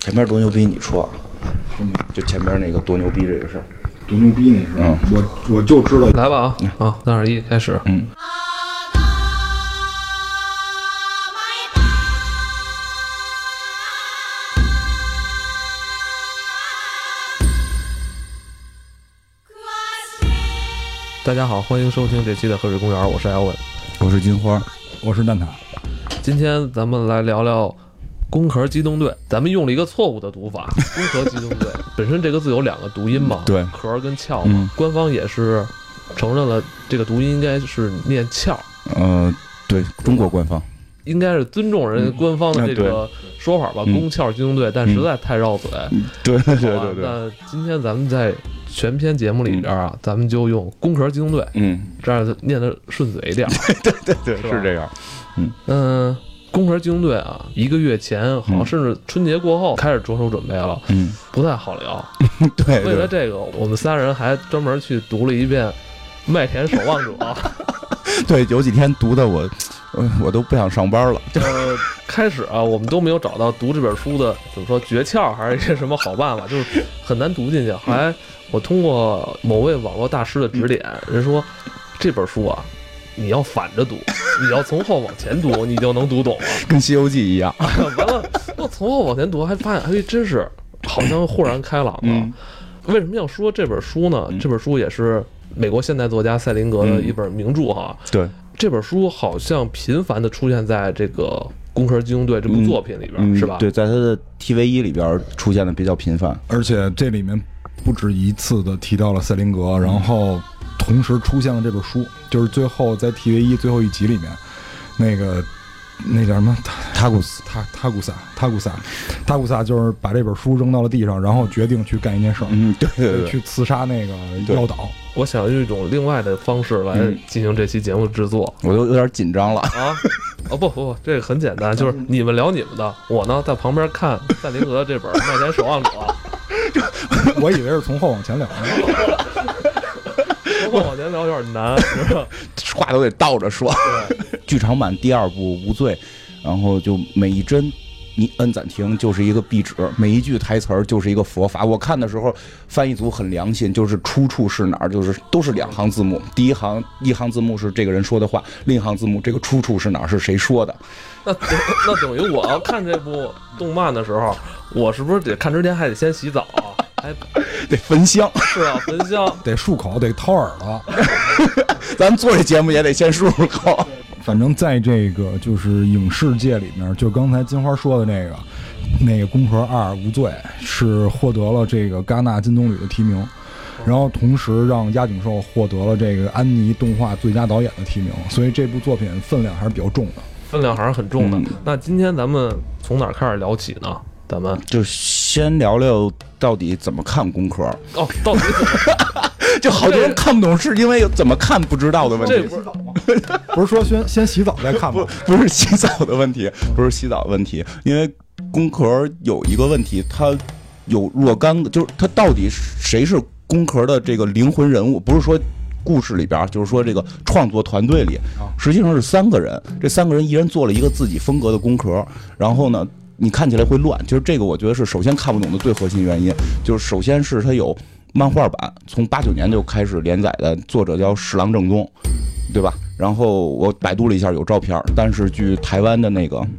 前面多牛逼你说，就前面那个多牛逼这个事儿， 多牛逼那事儿，我就知道。 来吧啊，3、2、1，开始。大家好，欢迎收听这期的河水公园，我是艾文， 我是金花， 我是蛋挞。今天咱们来聊聊工壳机动队，咱们用了一个错误的读法，工壳机动队本身这个字有2个读音嘛， 对， 壳跟壳嘛，官方也是承认了这个读音应该是念壳， 对，中国官方应该是尊重人家官方的这个说法吧，工壳机动队，但实在太绕嘴， 对。 那今天咱们在全篇节目里边啊，咱们就用工壳机动队，这样念的顺嘴一点， 对，是这样， 工壳机动队啊，1个月前好像甚至春节过后开始着手准备了，不太好聊， 对， 为了这个，我们3人还专门去读了一遍《麦田守望者》， 对，有几天读的我都不想上班了。 开始啊，我们都没有找到读这本书的怎么说诀窍，还是一些什么好办法，就是很难读进去。后来我通过某位网络大师的指点，人说这本书啊，你要反着读，你要从后往前读，你就能读懂了， 跟《西游记》一样。 完了，我从后往前读，还发现还真是好像豁然开朗了。为什么要说这本书呢？这本书也是美国现代作家塞林格的一本名著哈。 对。 这本书好像频繁地出现在这个《工壳机动队》这部作品里边，是吧？ 对，在他的 TV1里边出现的比较频繁， 而且这里面不止一次的提到了塞林格，然后同时出现了这本书，就是最后在 TV1最后一集里面，那叫什么？塔古萨就是把这本书扔到了地上，然后决定去干一件事儿， 对， 去刺杀那个妖岛。 我想用一种另外的方式来进行这期节目制作， 我都有点紧张了啊！不，这个很简单，就是你们聊你们的，我呢在旁边看塞林格这本《麦田守望者》， 我以为是从后往前聊呢。 从后往前聊有点难，是吧？ 话都得倒着说。剧场版第2部《无罪》，然后就每一帧你摁暂停就是一个壁纸，每一句台词就是一个佛法。我看的时候，翻译组很良心，就是出处是哪儿，就是都是2行字幕，一行字幕是这个人说的话，另一行字幕这个出处是哪儿，是谁说的。 那等于我要看这部动漫的时候，我是不是得看之前还得先洗澡啊？还得焚香， 是啊，焚香得漱口，得掏耳朵。 咱们做这节目也得先漱口。 反正在这个就是影视界里面，就刚才金花说的那个《工壳2无罪》是获得了这个戛纳金棕榈的提名，然后同时让押井守获得了这个安妮动画最佳导演的提名，所以这部作品分量还是比较重的， 分量还是很重的。那今天咱们从哪儿开始聊起呢？咱们就先聊聊到底怎么看工壳。 到底怎么就好多人看不懂，是因为有怎么看不知道的问题。 不是说先洗澡再看吗？ 不是洗澡的问题，不是洗澡的问题，因为工壳有一个问题，它有若干的，就是它到底谁是工壳的这个灵魂人物？不是说故事里边，就是说这个创作团队里，实际上是3个人，这3个人一人做了一个自己风格的工壳，然后呢，你看起来会乱，就是这个我觉得是首先看不懂的最核心原因，就是首先是它有漫画版，从89年就开始连载的，作者叫侍郎正宗，对吧？然后我百度了一下有照片，但是据台湾的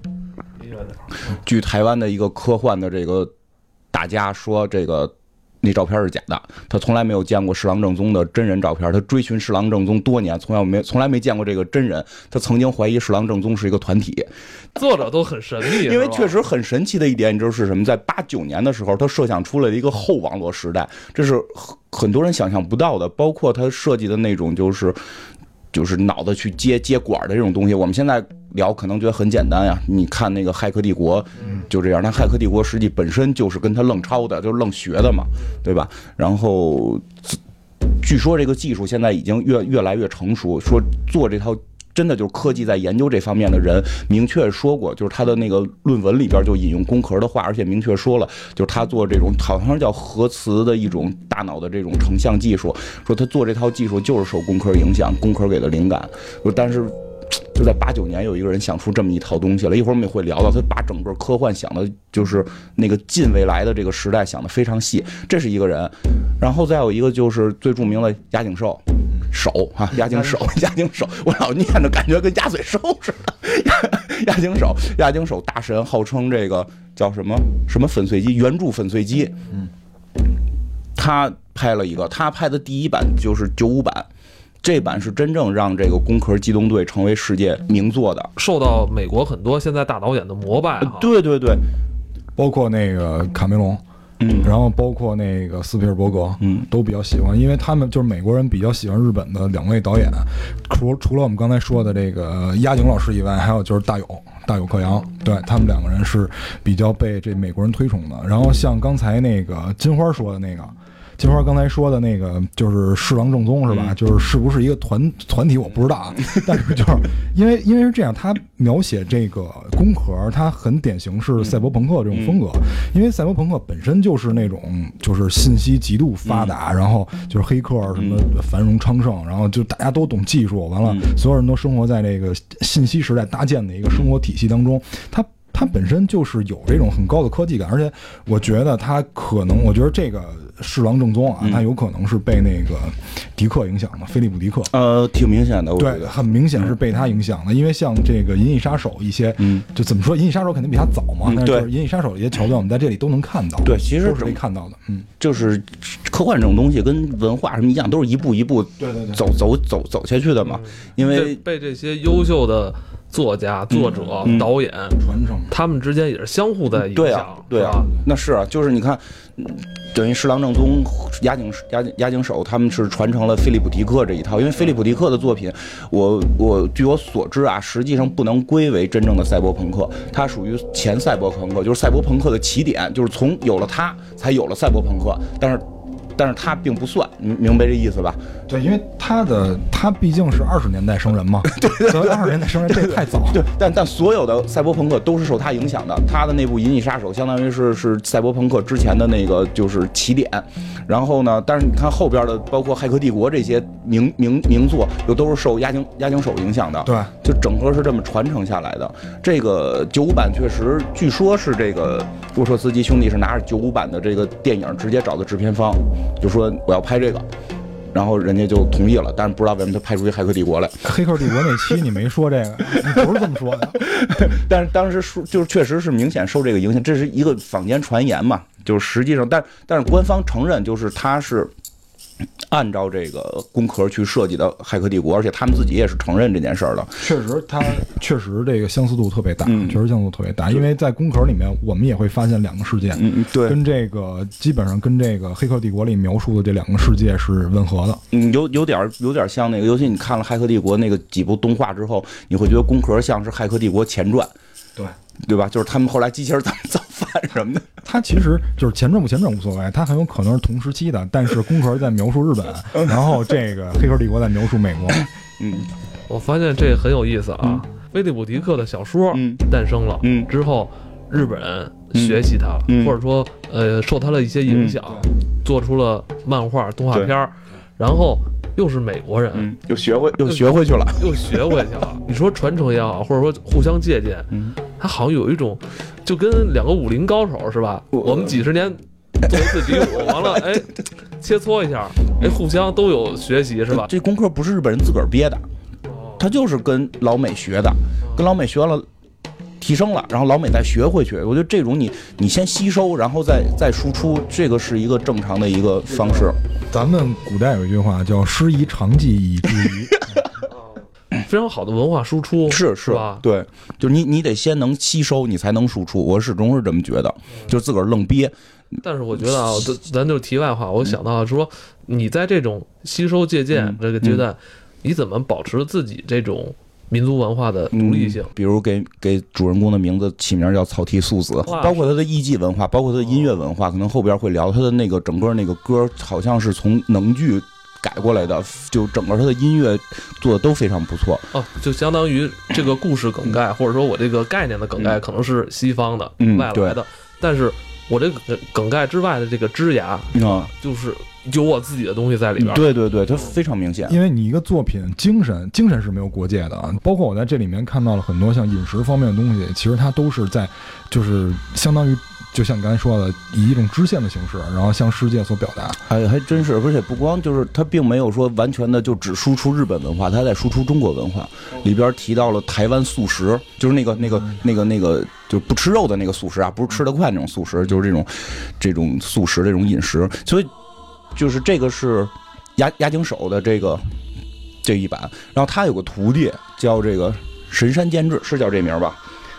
一个科幻的这个大家说，那照片是假的，他从来没有见过侍郎正宗的真人照片，他追寻侍郎正宗多年，从来没见过这个真人，他曾经怀疑侍郎正宗是一个团体。 作者都很神秘， 因为确实很神奇的一点，你知道是什么？在89年的时候，他设想出了一个后网络时代，这是很多人想象不到的，包括他设计的那种就是脑子去接管的这种东西，我们现在聊可能觉得很简单呀。你看那个《骇客帝国》就这样，那《骇客帝国》实际本身就是跟他愣抄的，就是愣学的嘛，对吧？然后据说这个技术现在已经越来越成熟，说做这套真的就是科技在研究这方面的人明确说过，就是他的那个论文里边就引用工壳的话，而且明确说了，就是他做这种好像叫核磁的一种大脑的这种成像技术，说他做这套技术就是受工壳影响，工壳给的灵感。但是就在89年有一个人想出这么一套东西了。一会儿我们也会聊到，他把整个科幻想的就是那个近未来的这个时代想的非常细，这是一个人。然后再有一个就是最著名的押井守。押井守，我老念着感觉跟鸭嘴兽似的。押井守大神，号称这个叫什么粉碎机，原著粉碎机。他拍了一个，他拍的第一版就是95版，这版是真正让这个攻壳机动队成为世界名作的， 受到美国很多现在大导演的膜拜哈。 对， 包括那个卡梅隆。然后包括那个斯皮尔伯格，都比较喜欢，因为他们就是美国人比较喜欢日本的2位导演，除了我们刚才说的这个押井老师以外，还有就是大友克洋，对他们2个人是比较被这美国人推崇的。然后像刚才那个金花说的那个。金花刚才说的那个就是侍郎正宗是吧？是不是一个团体我不知道啊，但是就是因为是这样，他描写这个攻壳，他很典型是赛博朋克这种风格，因为赛博朋克本身就是那种就是信息极度发达，然后就是黑客什么繁荣昌盛，然后就大家都懂技术，完了所有人都生活在这个信息时代搭建的一个生活体系当中，它本身就是有这种很高的科技感，而且我觉得它可能，我觉得这个侍郎正宗啊，它有可能是被那个迪克影响的，菲利普迪克， 挺明显的，我觉得对，很明显是被他影响的，因为像这个《银翼杀手》一些，就怎么说，《银翼杀手》肯定比他早嘛，但是《银翼杀手》的一些桥段，我们在这里都能看到， 对，其实都是可以看到的， 就是科幻这种东西跟文化什么一样，都是一步一步走下去的嘛，因为被这些优秀的作家、作者、导演传承， 他们之间也是相互在影响。 对啊，那是啊，就是你看，等于侍郎正宗、押井守他们是传承了菲利普迪克这一套，因为菲利普迪克的作品，据我所知啊，实际上不能归为真正的赛博朋克，它属于前赛博朋克，就是赛博朋克的起点，就是从有了它才有了赛博朋克，但是他并不算，明白这意思吧？ 对，因为他毕竟是20年代生人嘛，对，20年代生人这太早。 对，但所有的赛博朋克都是受他影响的。他的那部《银翼杀手》相当于是赛博朋克之前的那个就是起点。然后呢，但是你看后边的，包括《骇客帝国》这些名作，又都是受押井守影响的。对，就整个是这么传承下来的。这个95版确实，据说是这个沃彻斯基兄弟是拿着95版的这个电影直接找的制片方。就说我要拍这个，然后人家就同意了，但是不知道为什么他拍出一《骇客帝国》来。 黑客帝国那期你没说这个，你不是这么说的。 但是当时就是确实是明显受这个影响，这是一个坊间传言嘛，就是实际上，但是官方承认就是他是按照这个工壳去设计的《骇客帝国》，而且他们自己也是承认这件事儿的。 确实这个相似度特别大，确实相似度特别大。因为在工壳里面，我们也会发现2个世界， 对， 跟这个基本上跟这个《黑客帝国》里描述的这2个世界是吻合的。 有点像那个，尤其你看了《骇客帝国》那个几部动画之后，你会觉得工壳像是《骇客帝国》前传，对吧？就是他们后来机器人怎么造反什么的。 它其实就是前传不前传无所谓，它很有可能是同时期的，但是工壳在描述日本，然后这个《黑客帝国》在描述美国。 我发现这很有意思啊。菲利普迪克的小说诞生了，之后日本人学习它，或者说受它的一些影响，做出了漫画、动画片，然后又是美国人， 又学回去了。 你说传承也好，或者说互相借鉴，它好像有一种就跟2个武林高手是吧？我们几十年做一次比武，完了切磋一下，互相都有学习是吧？ 这功课不是日本人自个儿憋的，他就是跟老美学的，跟老美学了。提升了，然后老美再学回去。我觉得这种你先吸收，然后再输出，这个是一个正常的一个方式。 咱们古代有一句话叫"师夷长技以制夷 "，非常好的文化输出是吧？ 对，就是你得先能吸收，你才能输出。我始终是这么觉得，就自个儿愣憋。 但是我觉得啊，咱就题外话，我想到说，你在这种吸收借鉴这个阶段，你怎么保持自己这种民族文化的独立性？ 比如给主人公的名字起名叫草剃素子，包括他的艺伎文化，包括他的音乐文化，可能后边会聊他的那个整个那个歌，好像是从能剧改过来的，就整个他的音乐做的都非常不错。 就相当于这个故事梗概，或者说我这个概念的梗概，可能是西方的、外来的，但是我这个梗概之外的这个枝芽就是有我自己的东西在里边。 对对对，它非常明显。 因为你一个作品精神是没有国界的，包括我在这里面看到了很多像饮食方面的东西，其实它都是在就是相当于就像你刚才说的，以一种支线的形式，然后向世界所表达。 还真是，而且不光就是它并没有说完全的就只输出日本文化，它在输出中国文化。里边提到了台湾素食，就是那个就不吃肉的那个素食啊，不是吃得快那种素食，就是这种素食这种饮食。所以就是这个是押井守的这一版，然后他有个徒弟叫这个神山健治，是叫这名吧？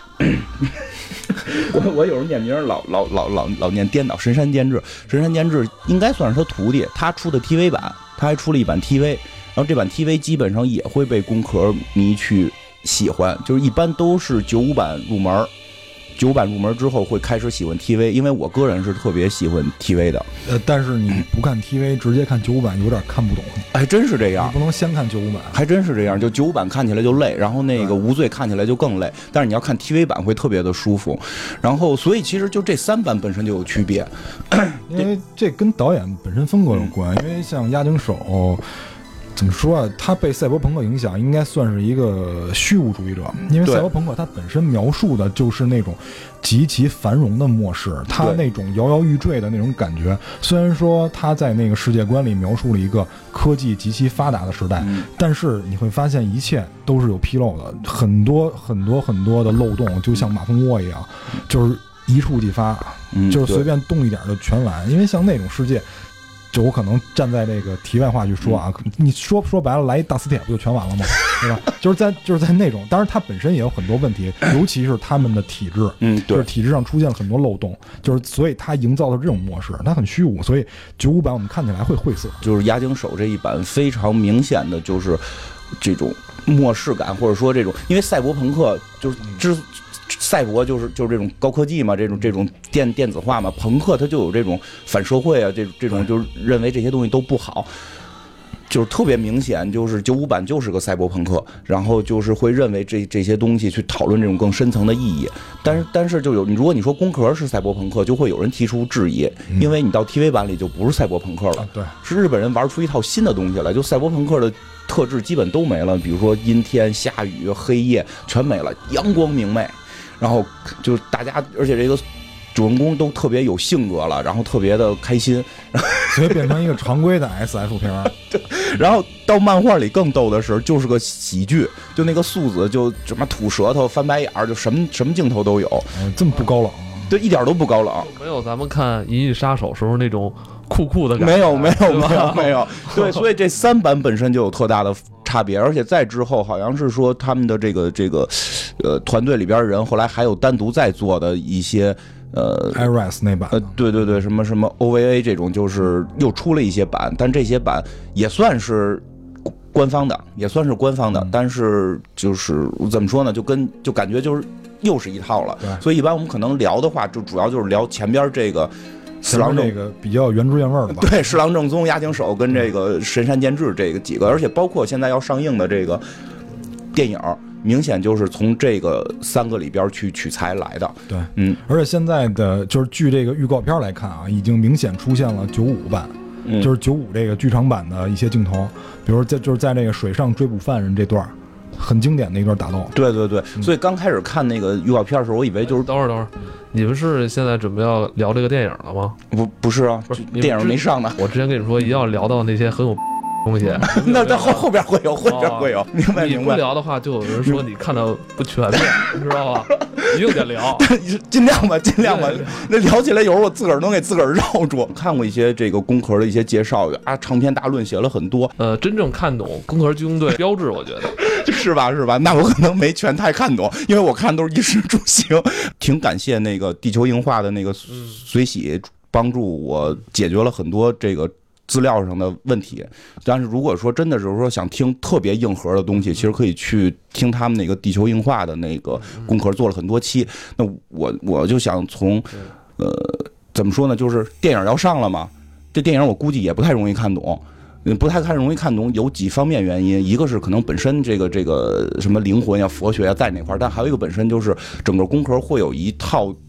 我有时候念名老念颠倒。神山健治应该算是他徒弟，他出的 TV 版，他还出了一版 TV， 然后这版 TV 基本上也会被工壳迷去喜欢，就是一般都是95版入门。95版入门之后会开始喜欢 TV， 因为我个人是特别喜欢 TV 的。 但是你不看 TV 直接看95版有点看不懂。 还真是这样， 你不能先看95版。 还真是这样，就95版看起来就累，然后那个无罪看起来就更累，但是你要看 TV 版会特别的舒服。然后所以其实就这3版本身就有区别， 因为这跟导演本身风格有关。因为像押井守怎么说啊？他被赛博朋克影响，应该算是一个虚无主义者。因为赛博朋克它本身描述的就是那种极其繁荣的末世，它那种摇摇欲坠的那种感觉。虽然说他在那个世界观里描述了一个科技极其发达的时代，但是你会发现一切都是有纰漏的，很多的漏洞，就像马蜂窝一样，就是一触即发，就是随便动一点就全完。因为像那种世界。就我可能站在这个题外话去说啊，你说白了，来一大磁铁不就全完了吗？对吧？就是在那种，当然它本身也有很多问题，尤其是他们的体制， 对， 就是体制上出现了很多漏洞，就是所以它营造的这种模式，它很虚无，所以95版我们看起来会晦涩。 就是押井守这一版非常明显的就是这种末世感，或者说这种，因为赛博朋克就是赛博就是这种高科技嘛，这种电子化嘛，朋克它就有这种反社会啊，这种就是认为这些东西都不好，就是特别明显，就是95版就是个赛博朋克，然后就是会认为这些东西去讨论这种更深层的意义，但是就有，如果你说工壳是赛博朋克，就会有人提出质疑，因为你到 TV 版里就不是赛博朋克了， 对， 是日本人玩出一套新的东西来，就赛博朋克的特质基本都没了，比如说阴天、下雨、黑夜全没了，阳光明媚。然后就大家，而且这个主人公都特别有性格了，然后特别的开心， 所以变成一个常规的 SF 片。 然后到漫画里更逗的是，就是个喜剧，就那个素子就什么吐舌头、翻白眼，就什么镜头都有， 这么不高冷。 对，一点都不高冷， 没有咱们看《银翼杀手》时候那种酷的感觉。 没有。对，所以这3版本身就有特大的差别，而且再之后好像是说他们的这个团队里边的人后来还有单独在做的一些 IRS 那版对，什么 OVA 这种，就是又出了一些版，但这些版也算是官方的，但是就是怎么说呢，就感觉就是又是一套了。所以一般我们可能聊的话，就主要就是聊前边这个四郎这个比较原汁原味的吧。 对，四郎正宗、押井守跟这个神山健治这个几个，而且包括现在要上映的这个电影，明显就是从这个3个里边去取材来的。 对，而且现在的就是据这个预告片来看啊，已经明显出现了95版，就是95这个剧场版的一些镜头，比如就是在那个水上追捕犯人这段。很经典的一段打斗。 对，所以刚开始看那个预告片的时候，我以为就是等会儿，你们是现在准备要聊这个电影了吗？ 不是啊，电影没上呢。 我之前跟你说，一定要聊到那些很有东西。 那后边会有，明白。 你不聊的话，就有人说你看的不全面，你知道吧？一定得聊， 尽量吧。那聊起来有时候我自个儿能给自个儿绕住。看过一些这个工壳的一些介绍啊，长篇大论写了很多。 真正看懂工壳机动队标志，我觉得是吧？那我可能没全太看懂，因为我看都是衣食住行。挺感谢那个地球硬化的那个随喜帮助我解决了很多这个资料上的问题，但是如果说真的是说想听特别硬核的东西，其实可以去听他们那个地球硬化的那个工壳做了很多期。那我就想从怎么说呢，就是电影要上了嘛，这电影我估计也不太容易看懂。容易看懂有几方面原因，一个是可能本身这个什么灵魂呀、佛学呀在那块儿，但还有一个本身就是整个工壳会有一套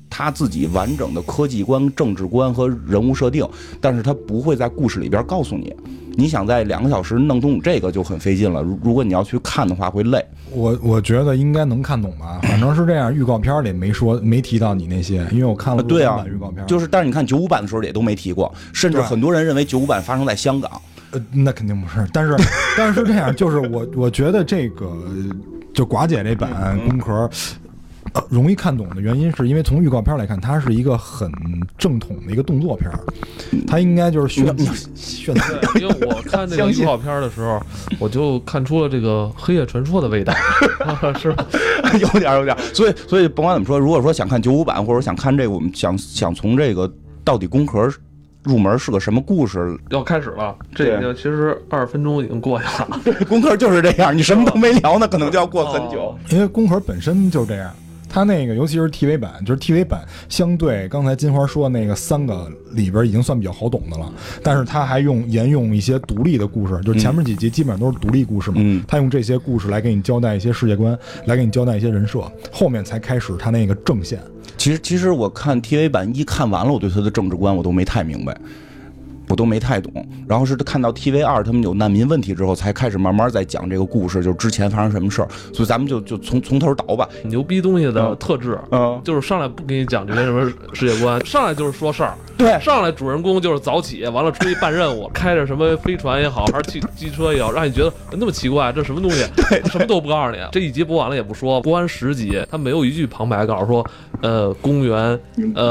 他自己完整的科技观、政治观和人物设定，但是他不会在故事里边告诉你。你想在2个小时弄懂这个就很费劲了，如果你要去看的话会累。 我觉得应该能看懂吧，反正是这样。预告片里没提到你那些，因为我看了对啊预告片， 就是但是你看95版的时候也都没提过，甚至很多人认为95版发生在香港。 那肯定不是，但是这样，就是我觉得这个就寡姐这版工壳。容易看懂的原因是因为从预告片来看，它是一个很正统的一个动作片，它应该就是炫技。 因为我看那个预告片的时候，我就看出了这个黑夜传说的味道，是吧？ 有点。所以甭管怎么说，如果说想看95版，或者想看这个，我们想从这个到底工壳入门是个什么故事， 要开始了。这已经其实20分钟已经过去了。 对，工壳就是这样，你什么都没聊呢，可能就要过很久。 因为工壳本身就这样。它那个，尤其是 TV 版，就是 TV 版相对刚才金花说那个3个里边已经算比较好懂的了，但是它还沿用一些独立的故事，就是前面几集基本上都是独立故事嘛，它用这些故事来给你交代一些世界观，来给你交代一些人设，后面才开始它那个正线。 其实我看 TV 版1看完了，我对它的政治观我都没太明白。我都没太懂，然后是看到 TV2他们有难民问题之后，才开始慢慢在讲这个故事，就是之前发生什么事儿。所以咱们就从头倒吧。 牛逼东西的特质，就是上来不给你讲这些什么世界观，上来就是说事儿。 对， 上来主人公就是早起，完了出去办任务，开着什么飞船也好，还是机车也好，让你觉得那么奇怪，这什么东西？对，他什么都不告诉你。这一集播完了也不说，播完10集，他没有一句旁白告诉说，公元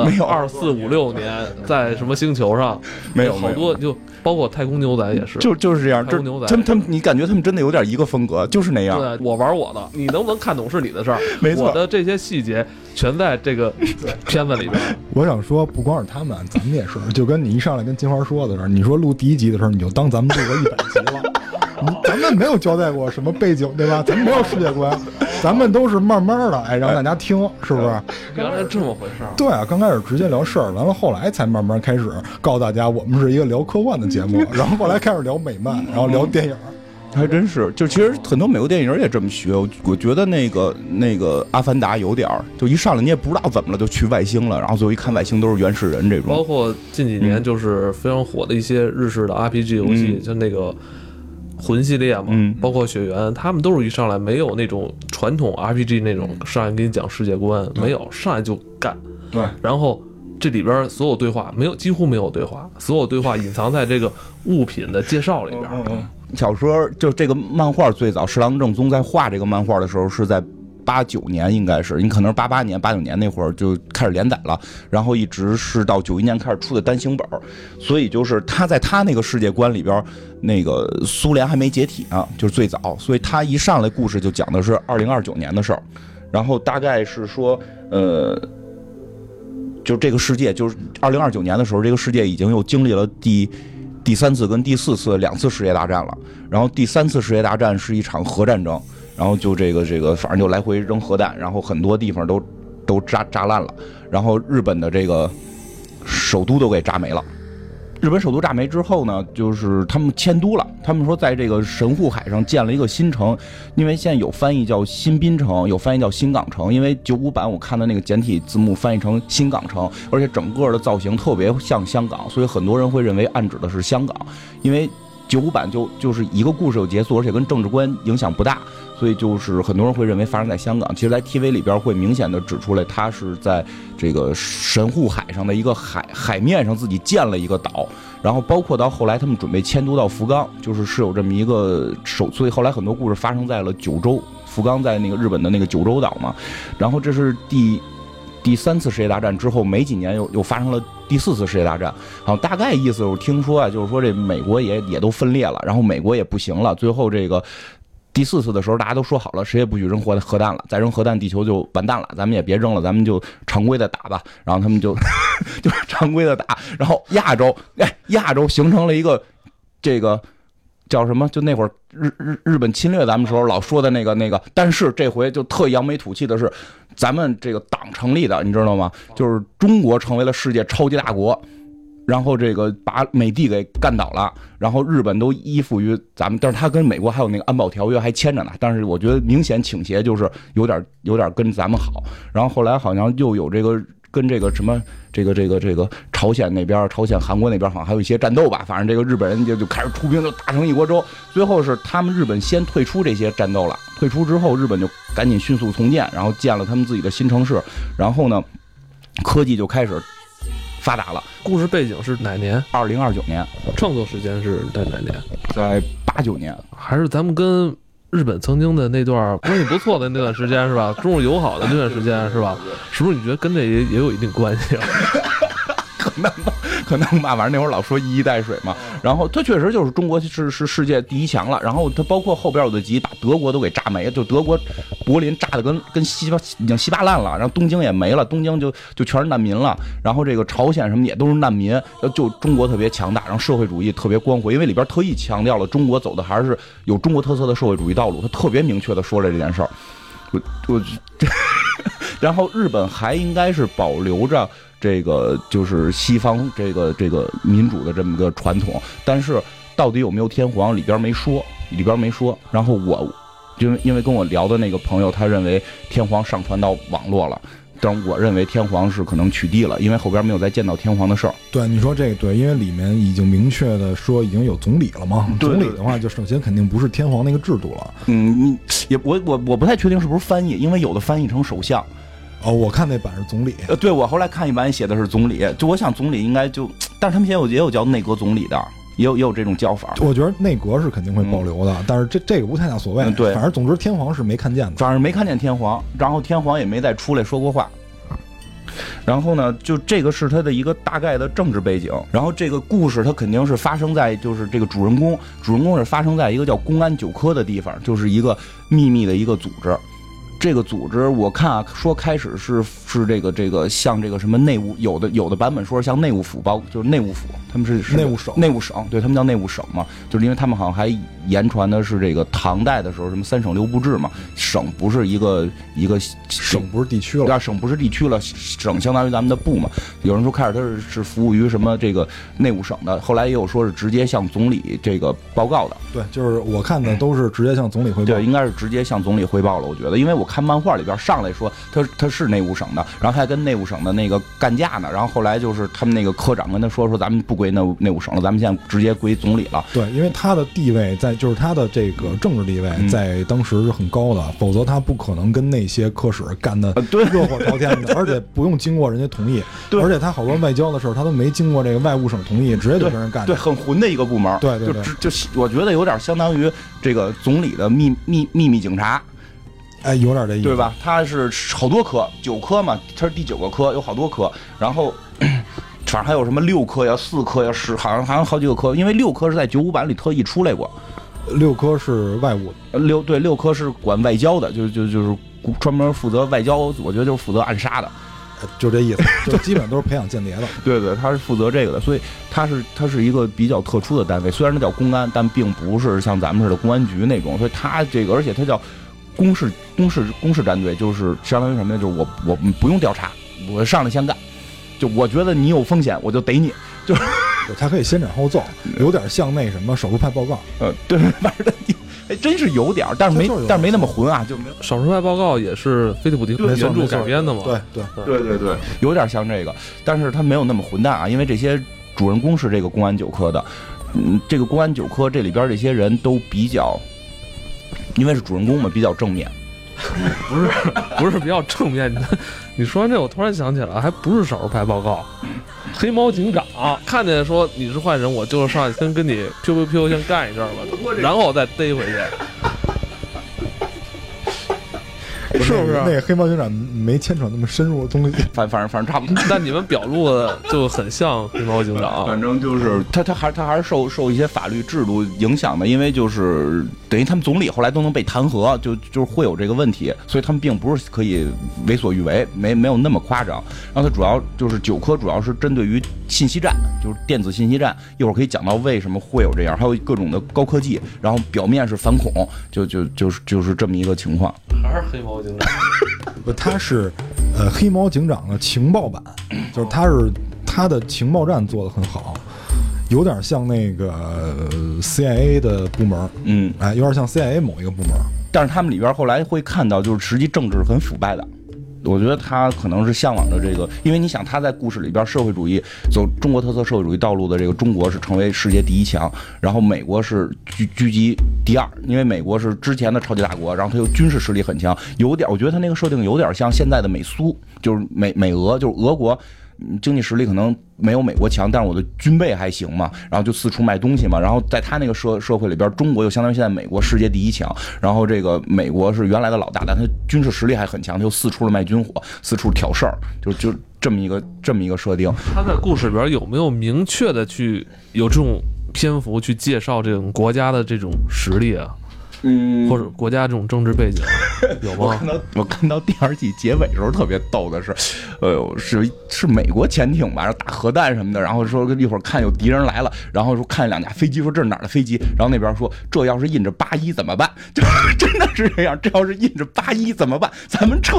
2456年在什么星球上， 没有。 好多就包括太空牛仔也是， 就是这样。 太空牛仔， 他们，你感觉他们真的有点一个风格，就是那样。 对，我玩我的，你能不能看懂是你的事儿。 没错， 我的这些细节全在这个片子里边。 我想说，不光是他们，咱们也是。就跟你一上来跟金花说的时候，你说录第1集的时候，你就当咱们录过100集了。咱们没有交代过什么背景，对吧？咱们没有世界观，咱们都是慢慢的，让大家听，是不是？ 原来这么回事。 对啊，刚开始直接聊事儿，完了后来才慢慢开始告诉大家，我们是一个聊科幻的节目，然后后来开始聊美漫，然后聊电影。 还真是，就其实很多美国电影也这么学。我觉得那个《阿凡达》有点儿，就一上来你也不知道怎么了就去外星了，然后最后一看外星都是原始人这种。 包括近几年就是非常火的一些日式的 RPG 游戏，像那个魂系列嘛，包括血缘，他们都是一上来没有那种传统 RPG 那种上来给你讲世界观，没有，上来就干。 对， 然后这里边所有对话几乎没有对话，所有对话隐藏在这个物品的介绍里边。 小说就这个漫画最早侍郎正宗在画这个漫画的时候是在89年，应该是你可能是88年、89年那会儿就开始连载了，然后一直是到91年开始出的单行本，所以就是他在他那个世界观里边，那个苏联还没解体呢，就是最早，所以他一上来故事就讲的是2029年的事儿，然后大概是说就这个世界就是2029年的时候，这个世界已经又经历了第3次跟第4次2次世界大战了，然后第3次世界大战是一场核战争，然后就这个反正就来回扔核弹，然后很多地方都炸烂了，然后日本的这个首都都给炸没了。日本首都炸没之后呢，就是他们迁都了，他们说在这个神户海上建了一个新城，因为现在有翻译叫新滨城，有翻译叫新港城，因为95版我看的那个简体字幕翻译成新港城，而且整个的造型特别像香港，所以很多人会认为暗指的是香港，因为95版就是一个故事有结束，而且跟政治观影响不大，所以就是很多人会认为发生在香港。其实，在 TV 里边会明显的指出来，它是在这个神户海上的一个海面上自己建了一个岛，然后包括到后来他们准备迁都到福冈，是有这么一个所以后来很多故事发生在了九州，福冈在那个日本的那个九州岛嘛，然后这是第3次世界大战之后没几年又发生了第4次世界大战，好像大概意思我听说啊，就是说这美国也都分裂了，然后美国也不行了，最后这个第4次的时候大家都说好了，谁也不许扔核弹了，再扔核弹地球就完蛋了，咱们也别扔了，咱们就常规的打吧，然后他们就常规的打，然后亚洲形成了一个这个叫什么？就那会儿日本侵略咱们时候老说的那个，但是这回就特扬眉吐气的是，咱们这个党成立的，你知道吗？就是中国成为了世界超级大国，然后这个把美帝给干倒了，然后日本都依附于咱们，但是他跟美国还有那个安保条约还签着呢，但是我觉得明显倾斜就是有点跟咱们好，然后后来好像又有这个。 跟这个什么这个朝鲜那边、朝鲜韩国那边好像还有一些战斗吧，反正这个日本人就开始出兵，就打成一锅粥。最后是他们日本先退出这些战斗了，退出之后日本就赶紧迅速重建，然后建了他们自己的新城市，然后呢科技就开始发达了。 故事背景是哪年 ？2029年。 创作时间是在哪年？ 在89年。 还是咱们跟日本曾经的那段关系不错的那段时间是吧？中日友好的那段时间是吧？是不是你觉得跟这也有一定关系啊？ 可能吧，反正那会儿老说一衣带水嘛。然后他确实就是中国是世界第一强了。然后他包括后边有的集把德国都给炸没了，就德国柏林炸的跟已经稀巴烂了，然后东京也没了，东京就全是难民了。然后这个朝鲜什么也都是难民，就中国特别强大，然后社会主义特别光辉，因为里边特意强调了中国走的还是有中国特色的社会主义道路，他特别明确的说了这件事儿。然后日本还应该是保留着这个就是西方这个民主的这么个传统，但是到底有没有天皇里边没说。然后我因为跟我聊的那个朋友，他认为天皇上传到网络了，但我认为天皇是可能取缔了，因为后边没有再见到天皇的事儿。 对，你说这个对，因为里面已经明确的说已经有总理了嘛。 对对对， 总理的话就首先肯定不是天皇那个制度了。 我不太确定是不是翻译，因为有的翻译成首相。 哦，我看那版是总理。 对，我后来看一版写的是总理，就我想总理应该就，但是他们现在也有叫内阁总理的，也有这种叫法。 我觉得内阁是肯定会保留的，但是这个不太大所谓。 对， 反正总之天皇是没看见的， 反正没看见天皇，然后天皇也没再出来说过话。然后呢，就这个是他的一个大概的政治背景。然后这个故事它肯定是发生在就是这个主人公是发生在一个叫公安9科的地方，就是一个秘密的一个组织。这个组织我看啊，说开始是这个像这个什么内务，有的版本说是像内务府就是内务府，他们是内务省， 对，他们叫内务省嘛，就是因为他们好像还言传的是这个唐代的时候什么3省6部制嘛，省不是一个省不是地区了， 省不是地区了，省相当于咱们的部嘛。有人说开始他是服务于什么这个内务省的，后来也有说是直接向总理这个报告的。 对，就是我看的都是直接向总理汇报。 对，应该是直接向总理汇报了，我觉得，因为我看漫画里边上来说他是内务省的，然后他还跟内务省的那个干架呢，然后后来就是他们那个科长跟他说咱们不归内务省了，咱们现在直接归总理了。 对，因为他的地位就是他的这个政治地位在当时是很高的，否则他不可能跟那些科室干的热火朝天的，而且不用经过人家同意，而且他好多外交的事他都没经过这个外务省同意，直接就跟人干。 对，很混的一个部门。 对， 就我觉得有点相当于这个总理的秘密警察。 哎，有点这意思， 对吧？他是好多科，9科嘛，他是第9个科，有好多科，然后反正还有什么6科呀、4科呀、好像好几个科，因为6科是在95版里特意出来过 ，6科是外务 ，6科是管外交的，就是专门负责外交，我觉得就是负责暗杀的。 就这意思，就基本上都是培养间谍的。 对，他是负责这个的，所以他是一个比较特殊的单位，虽然它叫公安，但并不是像咱们似的公安局那种，所以他这个，而且他叫公示战队，就是相当于什么呢？就是我不用调查，我上来先干，就我觉得你有风险，我就逮你，就是他可以先斩后奏，有点像那什么少数派报告。 对，反正真是有点，但是没那么混啊，就没有。 少数派报告也是菲利普·迪克原著改编的嘛？ 对， 有点像这个，但是他没有那么混蛋啊，因为这些主人公是这个公安9科的，这个公安9科这里边这些人都比较，因为是主人公嘛，比较正面。 不是比较正面。你说完这，我突然想起来，还不是少数派报告，黑猫警长看见说你是坏人，我就上去跟你飘先干一阵吧，然后再逮回去。是不是那个黑猫警长没牵扯那么深入的东西？ 反正差不多。 但你们表露的就很像黑猫警长。 反正就是他还是受一些法律制度影响的，因为就是等于他们总理后来都能被弹劾，就是会有这个问题，所以他们并不是可以为所欲为，没有那么夸张。然后他主要就是9科主要是针对于信息战，就是电子信息战，一会儿可以讲到为什么会有这样，还有各种的高科技，然后表面是反恐，就是这么一个情况。 还是黑猫警长？ 不，他是黑猫警长的情报版，就是他的情报站做得很好，有点像那个 CIA 的部门，有点像 CIA 某一个部门。 但是他们里边后来会看到，就是实际政治很腐败的。 我觉得他可能是向往着这个，因为你想他在故事里边社会主义走中国特色社会主义道路的这个中国是成为世界第一强，然后美国是居居第二，因为美国是之前的超级大国，然后他又军事实力很强，有点我觉得他那个设定有点像现在的美苏，就是美俄，就是俄国。经济实力可能没有美国强，但是我的军备还行嘛，然后就四处卖东西嘛。然后在他那个社会里边，中国又相当于现在美国世界第一强，然后这个美国是原来的老大，但他军事实力还很强，他又四处的卖军火，四处挑事儿，就这么一个设定。 他在故事里边有没有明确的去有这种篇幅去介绍这种国家的这种实力啊？或者国家这种政治背景有吗？ 我看到第2季结尾的时候特别逗的是，是美国潜艇吧，然后打核弹什么的，然后说一会儿看有敌人来了，然后说看2架飞机，说这是哪儿的飞机，然后那边说这要是印着81怎么办？就真的是这样，这要是印着81怎么办？咱们撤。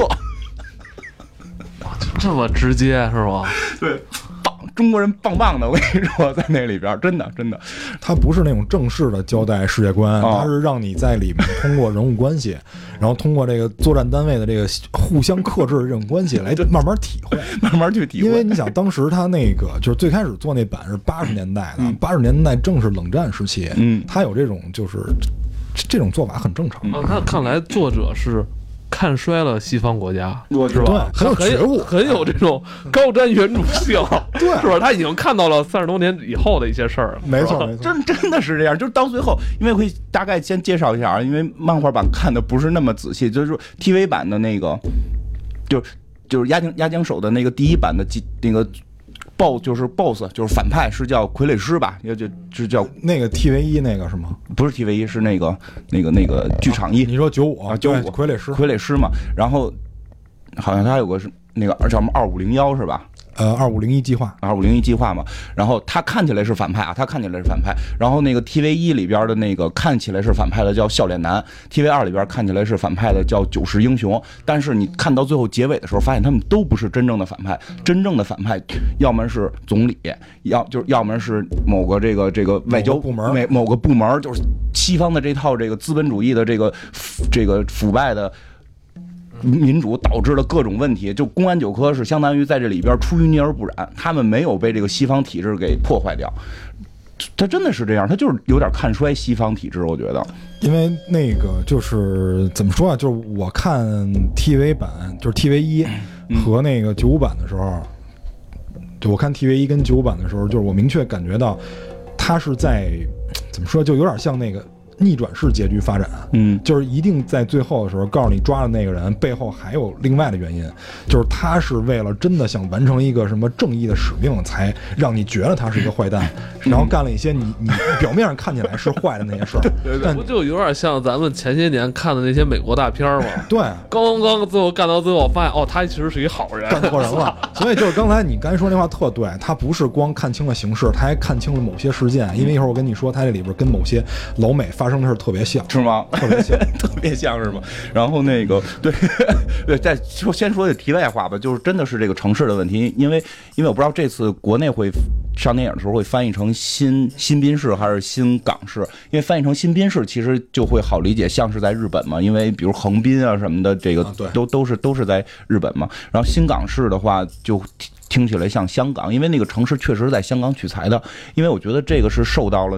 这么直接是吧？ 对。中国人棒棒的，我跟你说，在那里边真的， 他不是那种正式的交代世界观，他是让你在里面通过人物关系，然后通过这个作战单位的这个互相克制的这种关系来慢慢体会， 慢慢去体会。 因为你想，当时他那个就是最开始做那版是80年代的，80年代正是冷战时期，他有这种就是这种做法很正常。 那看来作者是看衰了西方国家， 是吧？很有觉悟， 很有这种高瞻远瞩性， 对， 是吧？他已经看到了30多年以后的一些事儿了， 没错， 真的是这样。就是到最后，因为会大概先介绍一下啊，因为漫画版看的不是那么仔细，就是说 TV 版的那个，就是押井守的那个第1版的那个。就是 BOSS 就是反派是叫傀儡师吧，就是叫那个 TV1那个是吗？ 不是 TV1，是那个剧场1。 你说95 啊，95傀儡师嘛。然后好像他有个是那个叫什么2501是吧 ？2501计划 ，2501计划嘛。然后他看起来是反派啊，然后那个 TV1里边的那个看起来是反派的叫笑脸男 ，TV2里边看起来是反派的叫九世英雄。但是你看到最后结尾的时候，发现他们都不是真正的反派，真正的反派要么是总理，要么是某个这个外交部门，某个部门，就是西方的这套这个资本主义的这个腐败的。民主导致了各种问题，就公安9科是相当于在这里边出淤泥而不染，他们没有被这个西方体制给破坏掉。他真的是这样，他就是有点看衰西方体制，我觉得。 因为那个就是怎么说啊，就是我看 TV 版，就是 TV1和那个95版的时候，就我看 TV1跟95版的时候，就是我明确感觉到他是在怎么说，就有点像那个。逆转式结局发展，就是一定在最后的时候告诉你抓的那个人背后还有另外的原因，就是他是为了真的想完成一个什么正义的使命，才让你觉得他是一个坏蛋，然后干了一些你表面上看起来是坏的那些事儿。但不就有点像咱们前些年看的那些美国大片吗？ 对， 刚最后干到最后，发现他其实是一好人， 干错人了。所以就是刚才你刚才说那话特对，他不是光看清了形势，他还看清了某些事件。因为一会儿我跟你说，他这里边跟某些老美发生的事特别像， 是吗？ 特别像， 特别像是吗？然后那个对，再先说题外话吧，就是真的是这个城市的问题，因为我不知道这次国内会上电影的时候会翻译成新滨市还是新港市，因为翻译成新滨市其实就会好理解，像是在日本嘛，因为比如横滨啊什么的，这个都是在日本嘛。然后新港市的话就听起来像香港，因为那个城市确实在香港取材的，因为我觉得这个是受到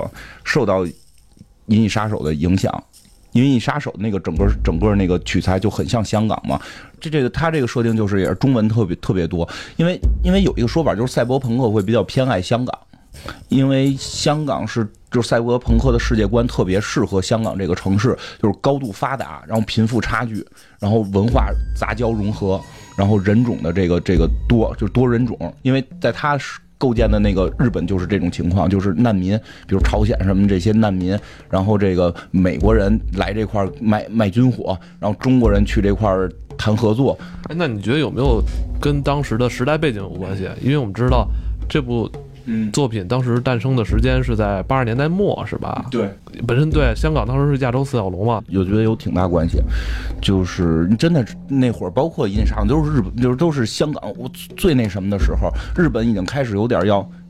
银翼杀手的影响，因为银翼杀手那个整个那个取材就很像香港嘛。他这个设定就是也是中文特别多，因为有一个说法就是赛博朋克会比较偏爱香港，因为香港就是赛博朋克的世界观特别适合香港这个城市，就是高度发达，然后贫富差距，然后文化杂交融合，然后人种的这个多，就是多人种，因为在他构建的那个日本就是这种情况，就是难民，比如朝鲜什么这些难民，然后这个美国人来这块卖军火，然后中国人去这块谈合作。 那你觉得有没有跟当时的时代背景有关系？因为我们知道这部作品当时诞生的时间是在80年代末，是吧？对，本身对香港当时是亚洲4小龙嘛， 我觉得有挺大关系。就是真的那会儿，包括银翼杀手都是日本，就是都是香港最那什么的时候，日本已经开始有点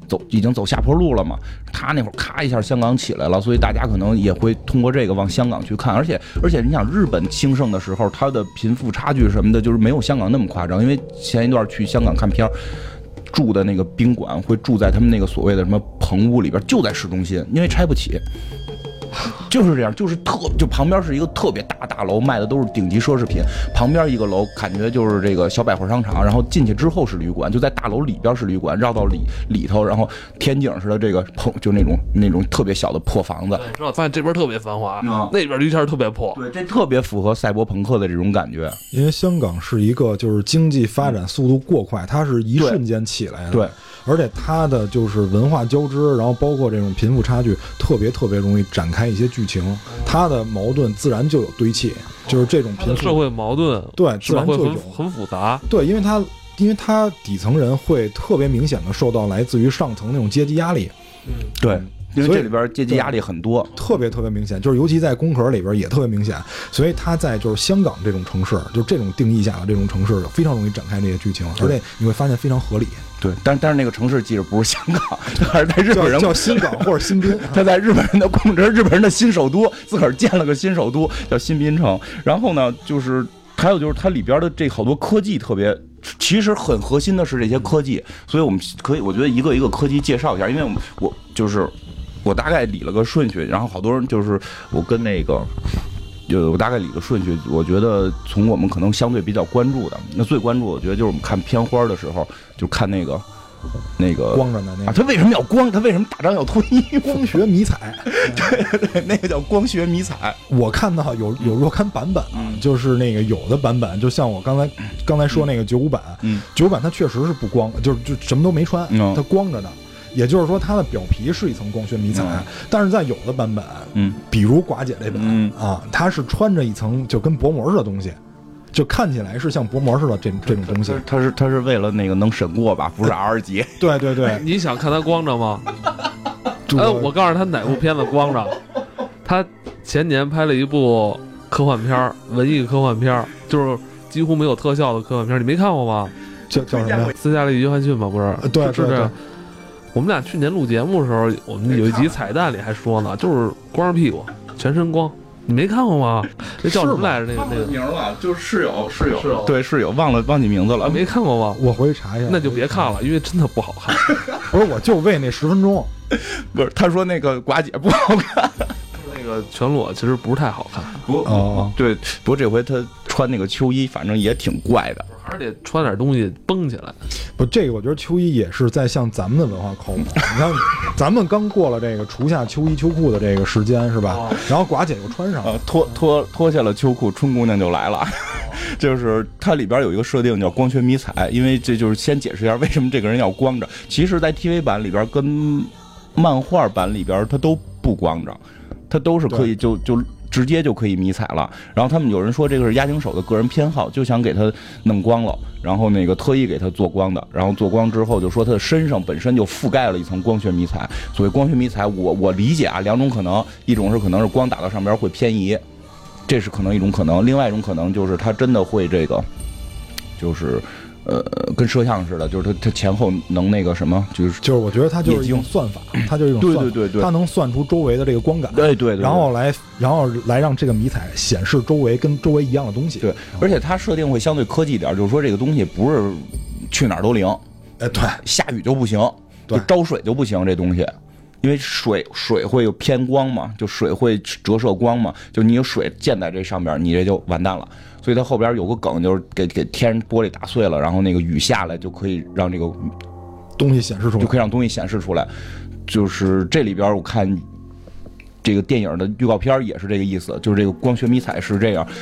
已经走下坡路了嘛。他那会儿咔一下香港起来了，所以大家可能也会通过这个往香港去看。而且你想，日本兴盛的时候，它的贫富差距什么的，就是没有香港那么夸张。因为前一段去香港看片儿，住的那个宾馆会住在他们那个所谓的什么棚屋里边，就在市中心，因为拆不起。就是这样，就旁边是一个特别大楼，卖的都是顶级奢侈品。旁边一个楼感觉就是这个小百货商场，然后进去之后是旅馆，就在大楼里边是旅馆，绕到里头，然后天井似的这个就那种特别小的破房子。 知道，发现这边特别繁华，那边一下特别破。 对，这特别符合赛博朋克的这种感觉。 因为香港是一个就是经济发展速度过快，它是一瞬间起来的。 对。 而且它的就是文化交织，然后包括这种贫富差距，特别容易展开一些剧情，它的矛盾自然就有堆砌，就是这种贫富社会矛盾， 对，自然就有很复杂。 对，因为它底层人会特别明显的受到来自于上层那种阶级压力。 对。因为这里边阶级压力很多， 特别明显，就是尤其在工壳里边也特别明显，所以它在就是香港这种城市，就这种定义下的这种城市，非常容易展开这些剧情，而且你会发现非常合理。 对，但是那个城市记着不是香港，还是在日本人叫新港或者新滨， 他在日本人的控制，日本人的新首都，自个儿建了个新首都叫新滨城。然后呢，就是还有就是它里边的这好多科技特别。其实很核心的是这些科技，所以我们可以，我觉得一个一个科技介绍一下，因为我大概理了个顺序，然后好多人就是我跟那个，我大概理个顺序，我觉得从我们可能相对比较关注的，那最关注我觉得就是我们看片花的时候，就看那个光着的那个， 他为什么要光？他为什么打仗要脱衣服？ 光学迷彩， 对，那个叫光学迷彩。 我看到有若干版本啊，就是那个有的版本，就像我刚才说那个95版，95版它确实是不光，就什么都没穿，它光着的。也就是说，它的表皮是一层光学迷彩，但是在有的版本，比如寡姐这版啊，它是穿着一层就跟薄膜似的东西，就看起来是像薄膜似的这种东西。 它是为了那个能审过吧，不是 R 级。 对， 你想看它光着吗？我告诉他哪部片子光着，他前年拍了一部科幻片，文艺科幻片，就是几乎没有特效的科幻片，你没看过吗？ 叫什么？ 斯嘉丽·约翰逊吗？不是， 对， 是这样。我们俩去年录节目的时候，我们有一集彩蛋里还说呢，就是光着屁股，全身光，你没看过吗？这叫什么来着？那个名了，就是室友，对，室友，忘记名字了， 没看过吗？ 我回去查一下。 那就别看了，因为真的不好看。 不是，我就为那10分钟。 不是，他说那个寡姐不好看， 那个全裸其实不是太好看。 对，不过这回他穿那个秋衣，反正也挺怪的。 还是得穿点东西绷起来。 不，这个我觉得秋衣也是在向咱们的文化靠拢。你看，咱们刚过了这个除下秋衣秋裤的这个时间，是吧？然后寡姐又穿上了， 脱下了秋裤，春姑娘就来了。就是它里边有一个设定叫光学迷彩，因为这就是先解释一下为什么这个人要光着。其实，在 TV 版里边跟漫画版里边，它都不光着，它都是可以就直接就可以迷彩了。然后他们有人说这个是押井守的个人偏好，就想给他弄光了，然后那个特意给他做光的。然后做光之后就说他的身上本身就覆盖了一层光学迷彩。所谓光学迷彩，我理解啊，两种可能，一种是可能是光打到上边会偏移，这是可能一种可能；另外一种可能就是他真的会这个，就是跟摄像似的，就是它前后能那个什么，就是我觉得它就是一种算法，它就是一种算法， 对， 它能算出周围的这个光感， 对， 然后来让这个迷彩显示周围跟周围一样的东西。 对，而且它设定会相对科技一点，就是说这个东西不是去哪儿都灵， 对， 下雨就不行，就招水就不行，这东西。因为水会有偏光嘛，就水会折射光嘛，就你有水溅在这上边，你这就完蛋了。所以它后边有个梗，就是给天玻璃打碎了，然后那个雨下来就可以让这个东西显示出来， 就可以让东西显示出来。就是这里边我看这个电影的预告片也是这个意思，就是这个光学迷彩是这样。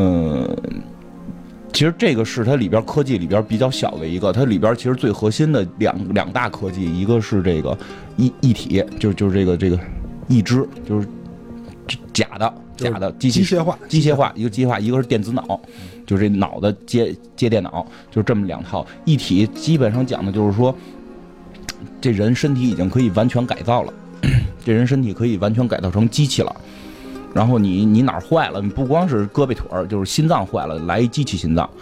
其实这个是它里边科技里边比较小的一个，它里边其实最核心的两大科技，一个是这个一体，就是这个义肢，就是假的机械化，一个机械化，一个是电子脑，就是这脑的接电脑，就是这么两套。一体基本上讲的就是说，这人身体已经可以完全改造了，这人身体可以完全改造成机器了。然后你哪儿坏了，你不光是胳膊腿儿，就是心脏坏了，来一机器心脏。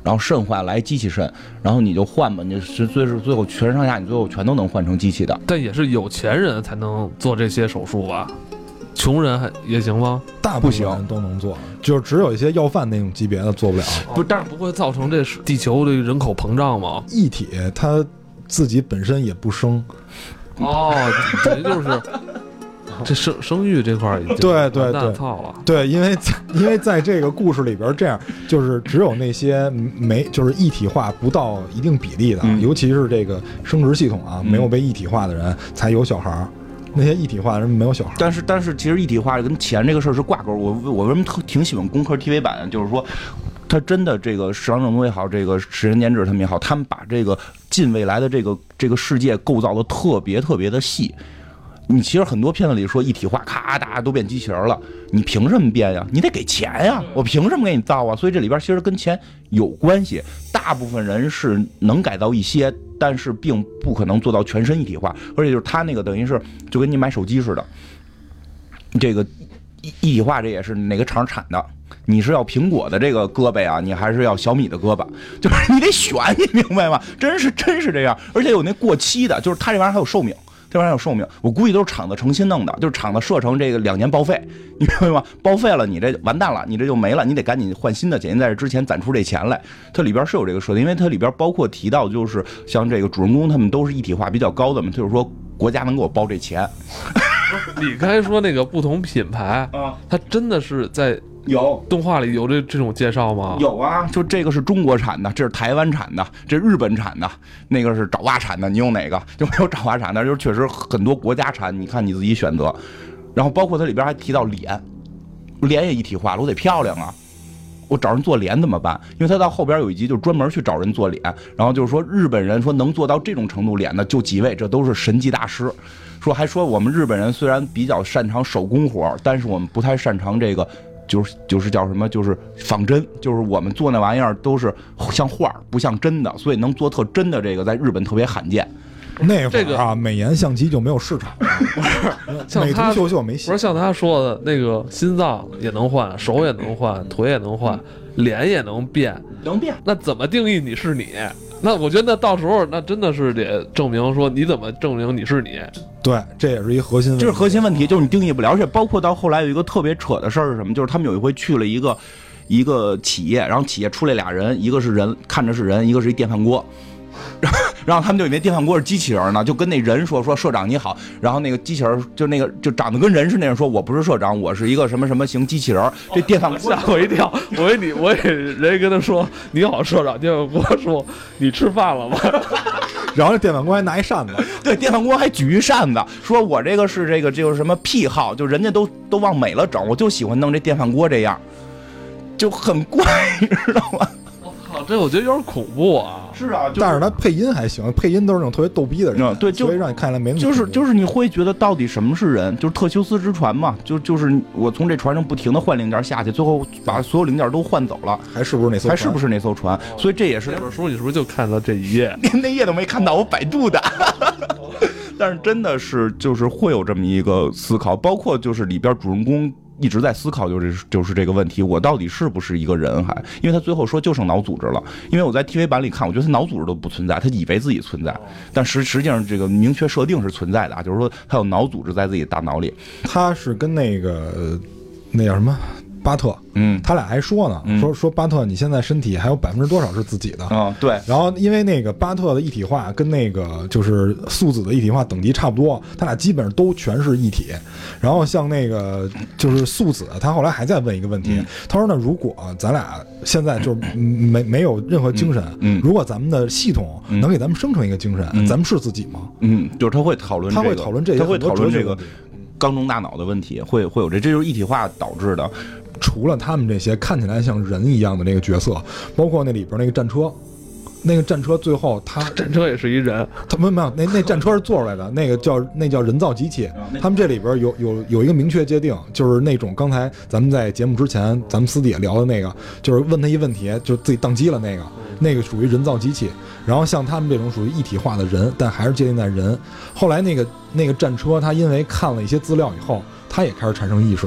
然后肾坏来机器肾，然后你就换吧，你是最后全身上下你最后全都能换成机器的。 但也是有钱人才能做这些手术吧？穷人也行吗？ 大部分人都能做，就是只有一些要饭那种级别的做不了。 不，但是不会造成这地球的人口膨胀吗？ 液体它自己本身也不生。 哦，等于就是这生育这块已经对操了。 对，因为在这个故事里边，这样就是只有那些就是一体化不到一定比例的，尤其是这个生殖系统啊没有被一体化的人才有小孩。那些一体化的人没有小孩。 但是其实一体化跟钱这个事儿是挂钩。我为什么挺喜欢工科 TV 版的，就是说他真的这个市场整东也好，这个时间监制他们也好，他们把这个近未来的这个世界构造的特别特别的细。你其实很多片子里说一体化，咔，大家都变机器人了，你凭什么变呀？你得给钱呀，我凭什么给你造啊？所以这里边其实跟钱有关系。大部分人是能改造一些，但是并不可能做到全身一体化。而且就是他那个等于是就跟你买手机似的，这个一体化这也是哪个厂产的。你是要苹果的这个胳膊啊，你还是要小米的胳膊？就是你得选，你明白吗？真是这样。而且有那过期的，就是它这玩意儿还有寿命。这玩意儿有寿命，我估计都是厂子诚心弄的，就是厂子设成这个2年报废，你明白吗？报废了，你这完蛋了，你这就没了，你得赶紧换新的钱，在这之前攒出这钱来。它里边是有这个设定，因为它里边包括提到，就是像这个主人公他们都是一体化比较高的嘛，就是说国家能给我包这钱。 你刚才说那个不同品牌啊，它真的是在。 有动画里有这种介绍吗？ 有啊，就这个是中国产的，这是台湾产的，这日本产的，那个是爪哇产的，你用哪个？就没有爪哇产的，就是确实很多国家产，你看你自己选择。然后包括它里边还提到脸也一体化了，我得漂亮啊，我找人做脸怎么办？因为他到后边有一集就专门去找人做脸，然后就是说日本人说能做到这种程度脸的就几位，这都是神级大师。还说我们日本人虽然比较擅长手工活，但是我们不太擅长这个。就是叫什么？就是仿真，就是我们做那玩意儿都是像画不像真的，所以能做特真的这个在日本特别罕见。 那会儿啊，美颜相机就没有市场， 不是像他美图秀秀没戏。 不是像他说的那个心脏也能换，手也能换，腿也能换，脸也能变，那怎么定义你是你？那我觉得那到时候那真的是得证明说你怎么证明你是你？ 对，这也是一核心问题。 这是核心问题，就是你定义不了。而且包括到后来有一个特别扯的事儿是什么？就是他们有一回去了一个企业，然后企业出来俩人，一个是人看着是人，一个是一电饭锅。然后他们就以为电饭锅是机器人呢，就跟那人说社长你好，然后那个机器人就长得跟人是那样，说我不是社长，我是一个什么什么型机器人。这电饭锅吓我一跳，我以为人跟他说你好社长，电饭锅说你吃饭了吗？ 然后这电饭锅还拿一扇子， 对，电饭锅还举一扇子，说我这个是就是什么癖好，就人家都往美了整，我就喜欢弄这电饭锅这样，就很怪，你知道吗？ 这我觉得有点恐怖啊！ 是啊， 但是他配音还行，配音都是那种特别逗逼的人， 对，所以让你看起来没那么就是你会觉得到底什么是人？就是特修斯之船嘛，就是我从这船上不停的换零件下去，最后把所有零件都换走了， 还是不是那艘船？ 所以这也是那本书你是不是就看到这一页？ 连那页都没看到，我百度的。但是真的是就是会有这么一个思考，包括就是里边主人公一直在思考，就是这个问题，我到底是不是一个人？还因为他最后说就剩脑组织了，因为我在 TV 版里看，我觉得他脑组织都不存在，他以为自己存在，但实际上这个明确设定是存在的啊，就是说他有脑组织在自己大脑里， 他是跟那叫什么？巴特，他俩还说呢，说巴特，你现在身体还有多少是自己的？ 对。 然后因为那个巴特的一体化跟那个就是素子的一体化等级差不多，他俩基本上都全是一体。然后像那个就是素子，他后来还在问一个问题，他说呢，如果咱俩现在就是没有任何精神，如果咱们的系统能给咱们生成一个精神，咱们是自己吗？ 就是他会讨论这个， 他会讨论这个缸中大脑的问题，会有这就是一体化导致的。 除了他们这些看起来像人一样的那个角色，包括那里边那个战车，最后战车也是一人， 他没有那战车是做出来的，那叫人造机器。他们这里边有一个明确界定，就是那种刚才咱们在节目之前咱们私底下聊的那个，就是问他一问题就自己宕机了那个属于人造机器。然后像他们这种属于一体化的人，但还是界定在人。后来那个战车，他因为看了一些资料以后，他也开始产生意识了。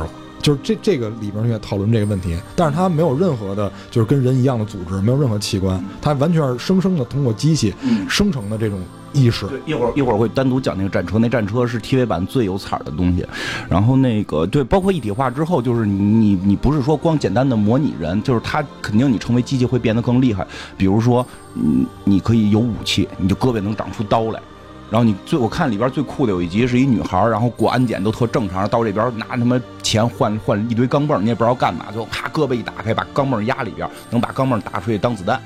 就是这个里边也讨论这个问题，但是它没有任何的就是跟人一样的组织，没有任何器官，它完全是生生的通过机器生成的这种意识。 对，一会儿会单独讲那个战车，那战车是 TV 版最有彩的东西。然后那个对，包括一体化之后，就是你不是说光简单的模拟人，就是它肯定你成为机器会变得更厉害。比如说，你可以有武器，你就胳膊能长出刀来。然后我看里边最酷的有一集是一女孩，然后过安检都特正常，到这边拿他妈钱换一堆钢镚，你也不知道干嘛，最后啪胳膊一打开，把钢镚压里边，能把钢镚打出去当子弹。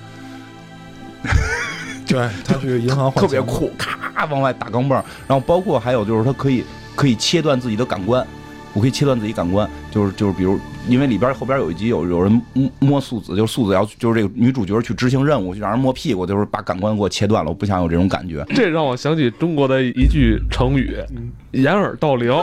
对，他去银行换特别酷，咔往外打钢镚，然后包括还有就是他可以切断自己的感官。我可以切断自己感官，就是比如，因为里边后边有一集有人摸素子，就是素子就是这个女主角去执行任务，去让人摸屁股，就是把感官给我切断了，我不想有这种感觉。 这让我想起中国的一句成语“掩耳盗铃”，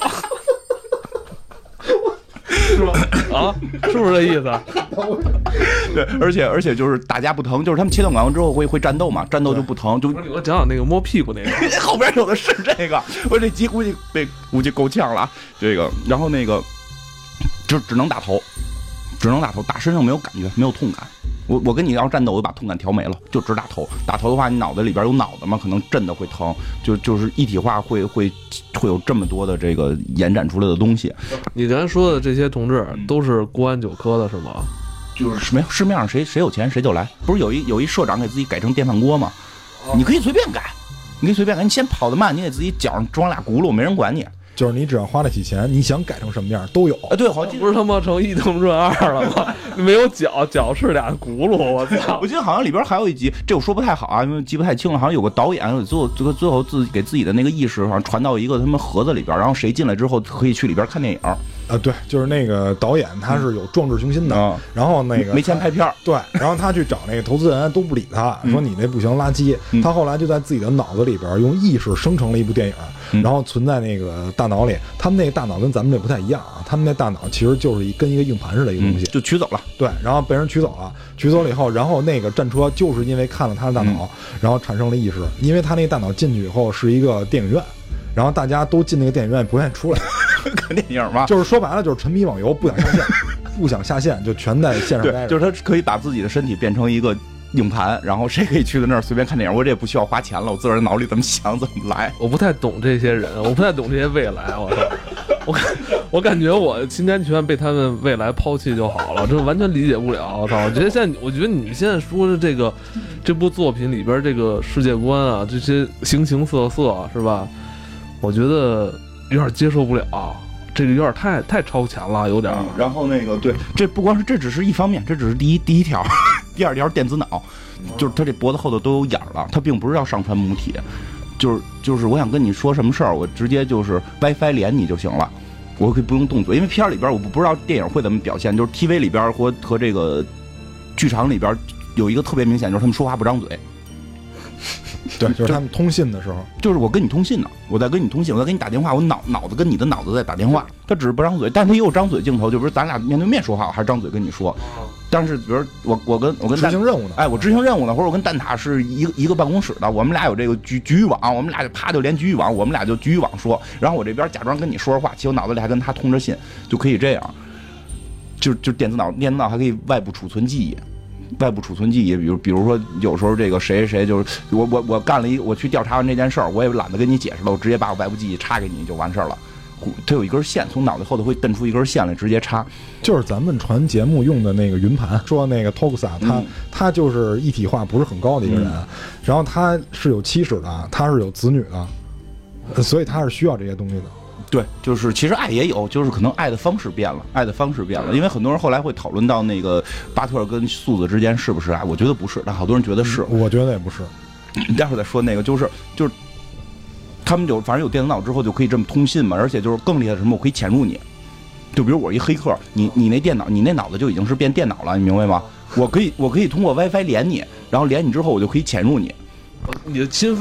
是吧？啊，是不是这意思？ 对，而且就是打架不疼，就是他们切断感官之后会战斗嘛，战斗就不疼。就你给我讲讲那个摸屁股那个， 后边有的是这个，我这集估计够呛了啊。这个，然后那个就只能打头，打身上没有感觉，没有痛感。我跟你要战斗，我就把痛感调没了，就只打头。打头的话，你脑子里边有脑子嘛，可能震的会疼，就是一体化会有这么多的这个延展出来的东西。 你刚才说的这些同志都是公安9科的是吗？ 就是市面上谁有钱谁就来，不是有一社长给自己改成电饭锅吗？你可以随便改，你先跑得慢，你给自己脚上装俩轱辘，没人管你。 就是你只要花得起钱，你想改成什么样都有。 对，好像不是他妈成伊藤润二了吗？没有脚是俩轱辘，我操！ 我记得好像里边还有一集，这我说不太好啊，因为记不太清了。好像有个导演最后自己给自己的那个意识好像传到一个他们盒子里边，然后谁进来之后可以去里边看电影。 对，就是那个导演他是有壮志雄心的，然后那个没钱拍片， 对，然后他去找那个投资人都不理他，说你那不行，垃圾。他后来就在自己的脑子里边用意识生成了一部电影，然后存在那个大脑里。他们那个大脑跟咱们这不太一样啊，他们那大脑其实就是跟一个硬盘似的一个东西， 就取走了。 对，然后被人取走了，取走了以后，然后那个战车就是因为看了他的大脑，然后产生了意识，因为他那个大脑进去以后是一个电影院。然后大家都进那个电影院，不愿意出来看电影吗？ 就是说白了，就是沉迷网游，不想下线，就全在线上待着。 对，就是他可以把自己的身体变成一个硬盘，然后谁可以去到那儿随便看电影，我这也不需要花钱了，我自个儿脑里怎么想怎么来。 我不太懂这些人，我不太懂这些未来，我操！我感觉我心甘情愿被他们未来抛弃就好了，这完全理解不了。我操！我觉得你们现在说的这部作品里边这个世界观啊，这些形形色色是吧？我觉得有点接受不了，这个有点太超前了，有点。 然后那个对，这不光是这只是一方面，这只是第一条，第二条电子脑，就是他这脖子后头都有眼了，他并不是要上传母体，就是我想跟你说什么事儿，我直接就是 WiFi 连你就行了，我可以不用动嘴，因为片里边我不知道电影会怎么表现，就是 TV 里边和这个剧场里边有一个特别明显，就是他们说话不张嘴。 对，就是他们通信的时候， 就是我跟你通信呢，我在跟你通信，我在跟你打电话，我脑子跟你的脑子在打电话，他只是不张嘴，但是他也有张嘴镜头，就比如咱俩面对面说话，我还是张嘴跟你说。但是比如我跟执行任务呢， 我执行任务呢，或者我跟蛋挞是一个办公室的，我们俩有这个局域网，我们俩就啪就连局域网，我们俩就局域网说，然后我这边假装跟你说话，其实我脑子里还跟他通着信，就可以这样。就电子脑还可以外部储存记忆。比如说有时候这个谁就是我干了我去调查完这件事儿，我也懒得跟你解释了，我直接把我外部记忆插给你就完事儿了。它有一根线从脑袋后头会蹬出一根线来直接插， 就是咱们传节目用的那个云盘。说那个 Toxa 他就是一体化不是很高的一个人，然后他是有妻室的，他是有子女的，所以他是需要这些东西的。 对，就是其实爱也有，就是可能爱的方式变了，因为很多人后来会讨论到那个巴特跟素子之间是不是爱，我觉得不是，但好多人觉得是， 我觉得也不是。 待会儿再说那个，就是他们反正有电子脑之后就可以这么通信嘛，而且就是更厉害的什么，我可以潜入你，就比如我一黑客，你那电脑，你那脑子就已经是变电脑了，你明白吗？我可以通过 WiFi 连你，然后连你之后我就可以潜入你， 你侵犯我。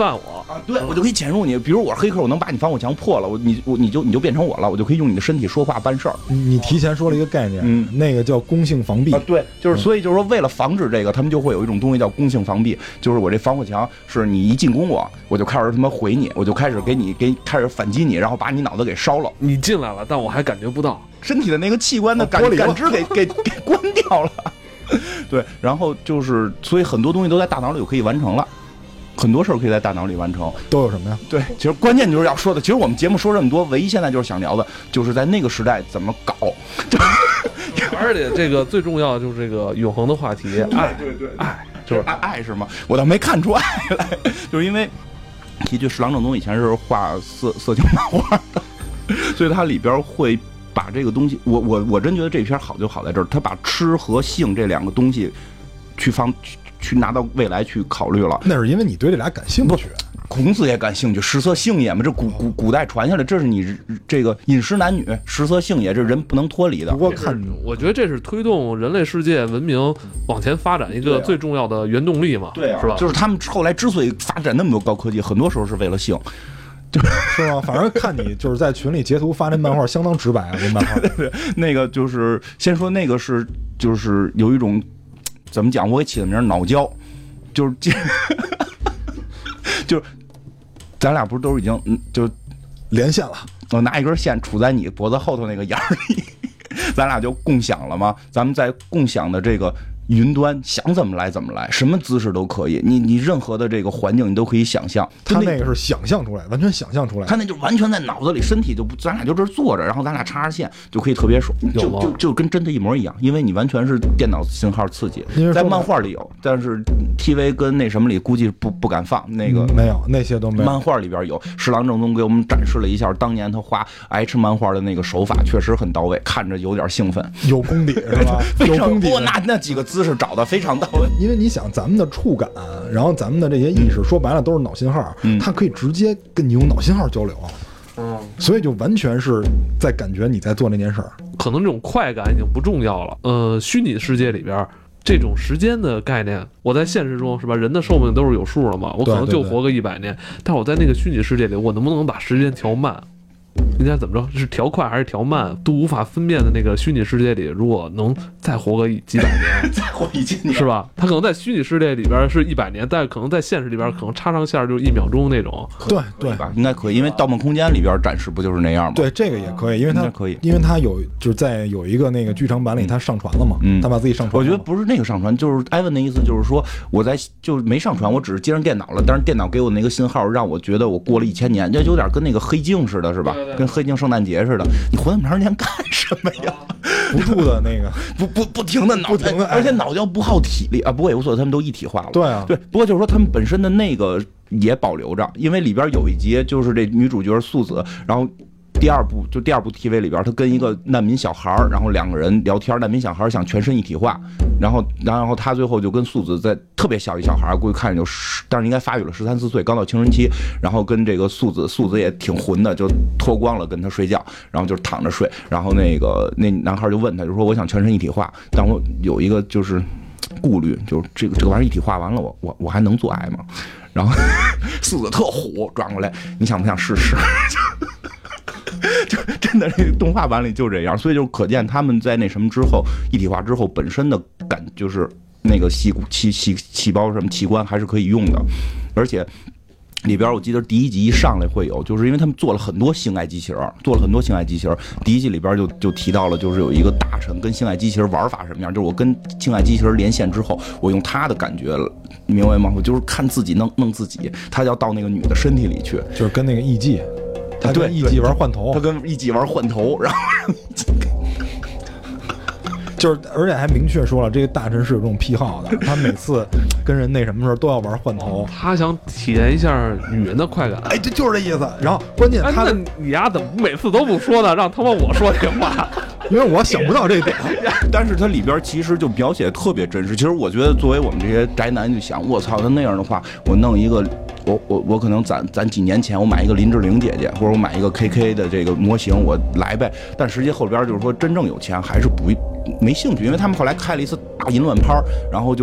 啊，对，我就可以潜入你。比如我是黑客，我能把你防火墙破了，你就变成我了，我就可以用你的身体说话办事儿。 你提前说了一个概念，那个叫攻性防避啊，对，就是所以就是说，为了防止这个，他们就会有一种东西叫攻性防避，就是我这防火墙是你一进攻我就开始他妈回你，我就开始开始反击你，然后把你脑子给烧了。 你进来了，但我还感觉不到身体的那个器官的感知给关掉了。对，然后就是所以很多东西都在大脑里就可以完成了。很多事儿可以在大脑里完成， 都有什么呀？ 对，其实关键就是要说的，其实我们节目说这么多，唯一现在就是想聊的，就是在那个时代怎么搞。 而且这个最重要的就是这个永恒的话题，爱， 对， 爱就是爱是吗？我倒没看出爱来，就是因为提句，十郎正宗以前是画色情漫画的，所以它里边会把这个东西，我真觉得这篇好就好在这儿，他把吃和性这两个东西去拿到未来去考虑了。 那是因为你对这俩感兴趣。 孔子也感兴趣，食色性也嘛，这古代传下来，这是你这个饮食男女，食色性也，这人不能脱离的。 不过看， 我觉得这是推动人类世界文明往前发展一个最重要的原动力嘛， 对啊， 是吧？ 就是他们后来之所以发展那么多高科技，很多时候是为了性。 是吗？反正看你就是在群里截图发那漫画相当直白啊，这漫画。 对，那个就是先说那个是就是有一种怎么讲，我给起的名脑胶，就是就是咱俩不是都是已经就连线了， 我拿一根线杵在你脖子后头那个眼里，咱俩就共享了吗？咱们在共享的这个云端想怎么来怎么来，什么姿势都可以，你任何的这个环境你都可以想象。 他那个是想象出来，完全想象出来。 他那就完全在脑子里，身体就不，咱俩就这坐着，然后咱俩插着线就可以特别爽，就跟真的一模一样，因为你完全是电脑信号刺激。在漫画里有，但是 TV 跟那什么里估计不敢放那个， 没有那些都没有。 漫画里边有，十郎正宗给我们展示了一下当年他画 H 漫画的那个手法，确实很到位，看着有点兴奋， 有功底是吧？有功底。 那几个姿势找的非常到位， 因为你想咱们的触感，然后咱们的这些意识，说白了都是脑信号，它可以直接跟你用脑信号交流，所以就完全是在感觉你在做那件事儿。 可能这种快感已经不重要了。虚拟世界里边这种时间的概念，我在现实中是吧，人的寿命都是有数的嘛，我可能就活个100年，但我在那个虚拟世界里，我能不能把时间调慢？应该怎么着？是调快还是调慢，都无法分辨的那个虚拟世界里，如果能再活个几百年， 再活一千年， 是吧？他可能在虚拟世界里边是100年，但可能在现实里边可能插上线就1秒钟那种。 对吧？应该可以，因为《盗梦空间》里边展示不就是那样吗？ 对，这个也可以，因为它可以， 因为它就是在有一个那个剧场版里，它上传了嘛，他把自己上传了。 我觉得不是那个上传，就是艾文的意思，就是说我就没上传，我只是接上电脑了，但是电脑给我那个信号，让我觉得我过了1000年，这有点跟那个黑镜似的，是吧？ 对对对， 跟黑镜圣诞节似的，你活那么长时间干什么呀？ 不住的那个， 不停的脑袋，而且脑胶不耗体力啊。不过也无所谓，他们都一体化了。 对啊， 对。不过就是说，他们本身的那个也保留着，因为里边有一集就是这女主角素子，然后第二部 TV 里边，她跟一个难民小孩，然后2个人聊天，难民小孩想全身一体化，然后她最后就跟素子在特别小一小孩，估计看着但是应该发育了13、14岁，刚到青春期，然后跟这个素子也挺混的，就脱光了跟她睡觉，然后就躺着睡，然后那男孩就问她，就说我想全身一体化，但我有一个就是顾虑，就是这个玩意儿一体化完了，我还能做爱吗？然后素子特虎，转过来，你想不想试试？就真的这个动画版里就这样，所以就可见他们在那什么之后，一体化之后本身的感就是那个细胞什么器官还是可以用的，而且里边我记得第1集一上来会有，就是因为他们做了很多性爱机器人，第1集里边就提到了，就是有一个大臣跟性爱机器人玩法什么样，就是我跟性爱机器人连线之后，我用他的感觉了，你明白吗？我就是看自己弄自己，他要到那个女的身体里去， 就是跟那个艺伎。他跟艺伎玩换头， 然后就是，而且还明确说了，这个大臣是有这种癖好的，他每次跟人那什么时候都要玩换头， 他想体验一下女人的快感。 哎，这就是这意思。然后关键他那你丫怎么每次都不说呢？让他妈我说这话， 因为我想不到这点。 但是它里边其实就描写的特别真实。其实我觉得作为我们这些宅男就想，我操，他那样的话，我弄一个。我可能攒几年前，我买一个林志玲姐姐，或者我买一个 KK 的这个模型，我来呗。但实际后边就是说，真正有钱还是没兴趣，因为他们后来开了一次大淫乱趴，然后就是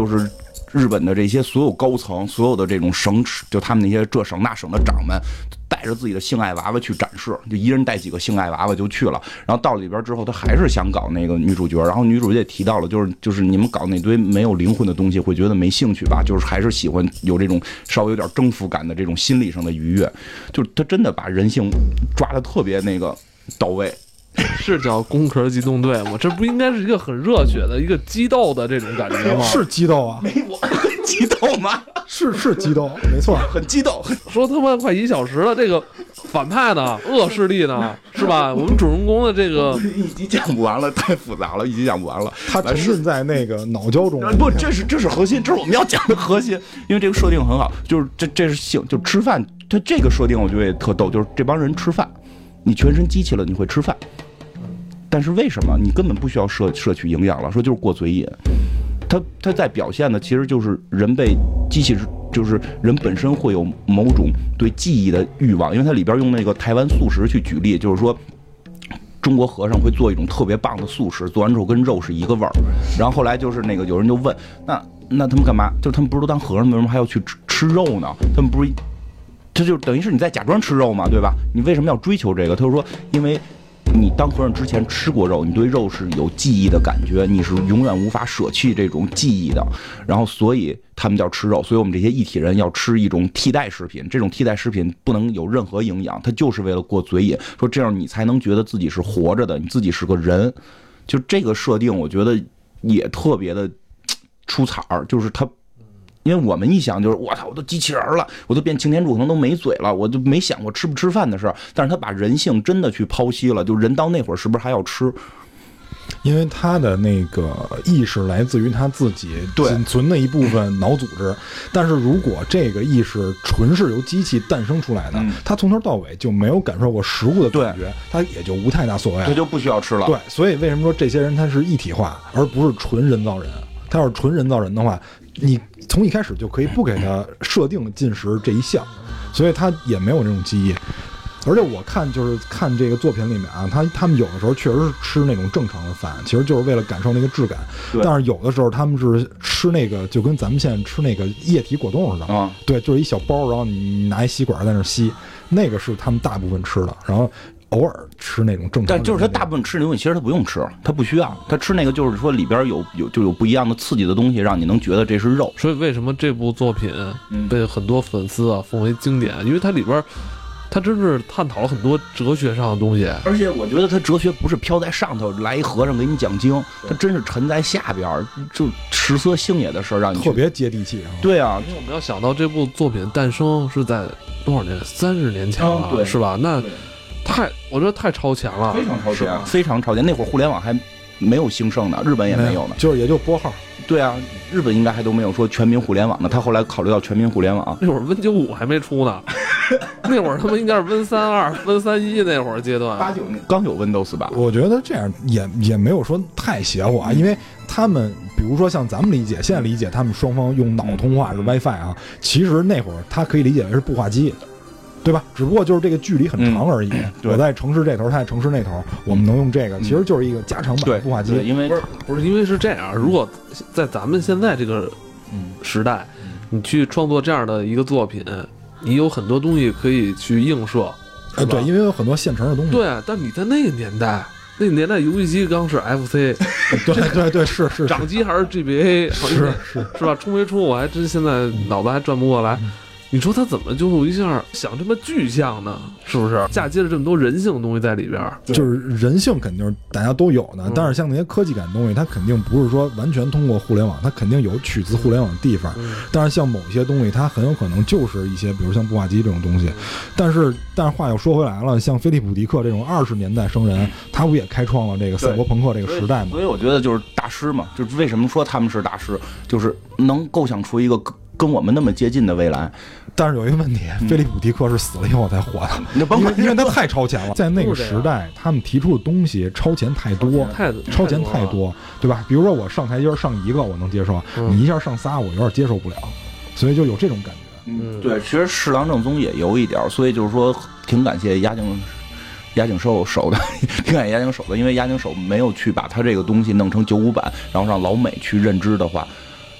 日本的这些所有高层，所有的这种省，就他们那些这省那省的长们，带着自己的性爱娃娃去展示，就一人带几个性爱娃娃就去了。然后到里边之后，他还是想搞那个女主角，然后女主角也提到了，就是你们搞那堆没有灵魂的东西，会觉得没兴趣吧？就是还是喜欢有这种稍微有点征服感的这种心理上的愉悦。就是他真的把人性抓得特别那个到位。 是叫攻壳机动队吗？这不应该是一个很热血的一个激斗的这种感觉吗？ 是激斗啊， 没我激斗吗？ 是激斗，没错， 很激动。 说他妈快1小时了，这个反派呢，恶势力呢，是吧？我们主人公的这个一集讲不完了，太复杂了，一集讲不完了。 他沉浸在那个脑胶中。 不，这是核心，这是我们要讲的核心，因为这个设定很好，就是这是性，就吃饭，它这个设定我觉得也特逗，就是这帮人吃饭，你全身机器了，你会吃饭。但是为什么你根本不需要摄取营养了？说就是过嘴瘾，他在表现的其实就是人被机器，就是人本身会有某种对记忆的欲望，因为它里边用那个台湾素食去举例，就是说中国和尚会做一种特别棒的素食，做完之后跟肉是一个味儿。然后后来就是那个有人就问，那他们干嘛？就是他们不是都当和尚，为什么还要去吃肉呢？他们不是，这就等于是你在假装吃肉嘛，对吧？你为什么要追求这个？他就说，因为你当和尚之前吃过肉，你对肉是有记忆的感觉，你是永远无法舍弃这种记忆的。然后所以他们叫吃肉，所以我们这些一体人要吃一种替代食品，这种替代食品不能有任何营养，它就是为了过嘴瘾，说这样你才能觉得自己是活着的，你自己是个人。就这个设定我觉得也特别的出彩儿，就是他因为我们一想就是我操，我都机器人了，我都变擎天柱，可能都没嘴了，我就没想过吃不吃饭的事儿。但是他把人性真的去剖析了，就人到那会儿是不是还要吃？ 因为他的那个意识来自于他自己仅存的一部分脑组织，但是如果这个意识纯是由机器诞生出来的，他从头到尾就没有感受过食物的感觉，他也就无太大所谓， 他就不需要吃了。 对，所以为什么说这些人他是一体化，而不是纯人造人？他要是纯人造人的话，你从一开始就可以不给他设定进食这一项，所以他也没有这种记忆。而且我看这个作品里面啊，他们有的时候确实是吃那种正常的饭，其实就是为了感受那个质感。但是有的时候他们是吃那个就跟咱们现在吃那个液体果冻似的啊，对，就是一小包，然后你拿一吸管在那吸，那个是他们大部分吃的。然后偶尔吃那种正常的， 但就是他大部分吃那东西，其实他不用吃，他不需要，他吃那个就是说里边有不一样的刺激的东西，让你能觉得这是肉。 所以为什么这部作品被很多粉丝啊奉为经典？因为它里边，它真是探讨了很多哲学上的东西。 而且我觉得他哲学不是飘在上头，来一和尚给你讲经，他真是沉在下边，就食色性也的事儿，让你特别接地气。 对啊， 因为我们要想到这部作品诞生是在多少年？30年前了， 对， 是吧？那我觉得太超前了， 非常超前，非常超前。那会儿互联网还没有兴盛呢，日本也没有呢， 就是也就拨号。 对啊，日本应该还都没有说全民互联网呢。他后来考虑到全民互联网， 那会儿 Win95还没出呢，那会儿他们应该是 Win32、Win31那会儿阶段。 89年刚有 Windows 吧？ 我觉得这样也没有说太邪乎啊，因为他们比如说像咱们现在理解，他们双方用脑通话是 WiFi 啊，其实那会儿他可以理解为是步话机。对吧？只不过就是这个距离很长而已。我在城市这头，他在城市那头，我们能用这个，其实就是一个加长版的步话机。 因为不是因为是这样，如果在咱们现在这个时代，你去创作这样的一个作品，你有很多东西可以去映射。 对，因为有很多现成的东西。 对，但你在那个年代，游戏机刚是 FC， 对，是掌机还是 GBA， 是吧？出没出？我还真现在脑子还转不过来。你说他怎么就一下想这么具象呢？是不是嫁接了这么多人性的东西在里边？ 就是人性肯定是大家都有的，但是像那些科技感的东西，它肯定不是说完全通过互联网，它肯定有取自互联网的地方。但是像某些东西，它很有可能就是一些，比如像步话机这种东西。但是话又说回来了，像菲利普·迪克这种20年代生人，他不也开创了这个赛博朋克这个时代吗？ 所以我觉得就是大师嘛，就是为什么说他们是大师，就是能构想出一个跟我们那么接近的未来。 但是有一个问题，菲利普·迪克是死了以后才活的，因为他太超前了，在那个时代，他们提出的东西超前太多，超前太多，对吧？比如说我上台阶上一个我能接受，你一下上仨我有点接受不了，所以就有这种感觉。 对，其实侍郎正宗也有一点，所以就是说挺感谢押井守的，挺感谢押井守的，因为押井守没有去把他这个东西弄成95版，然后让老美去认知的话。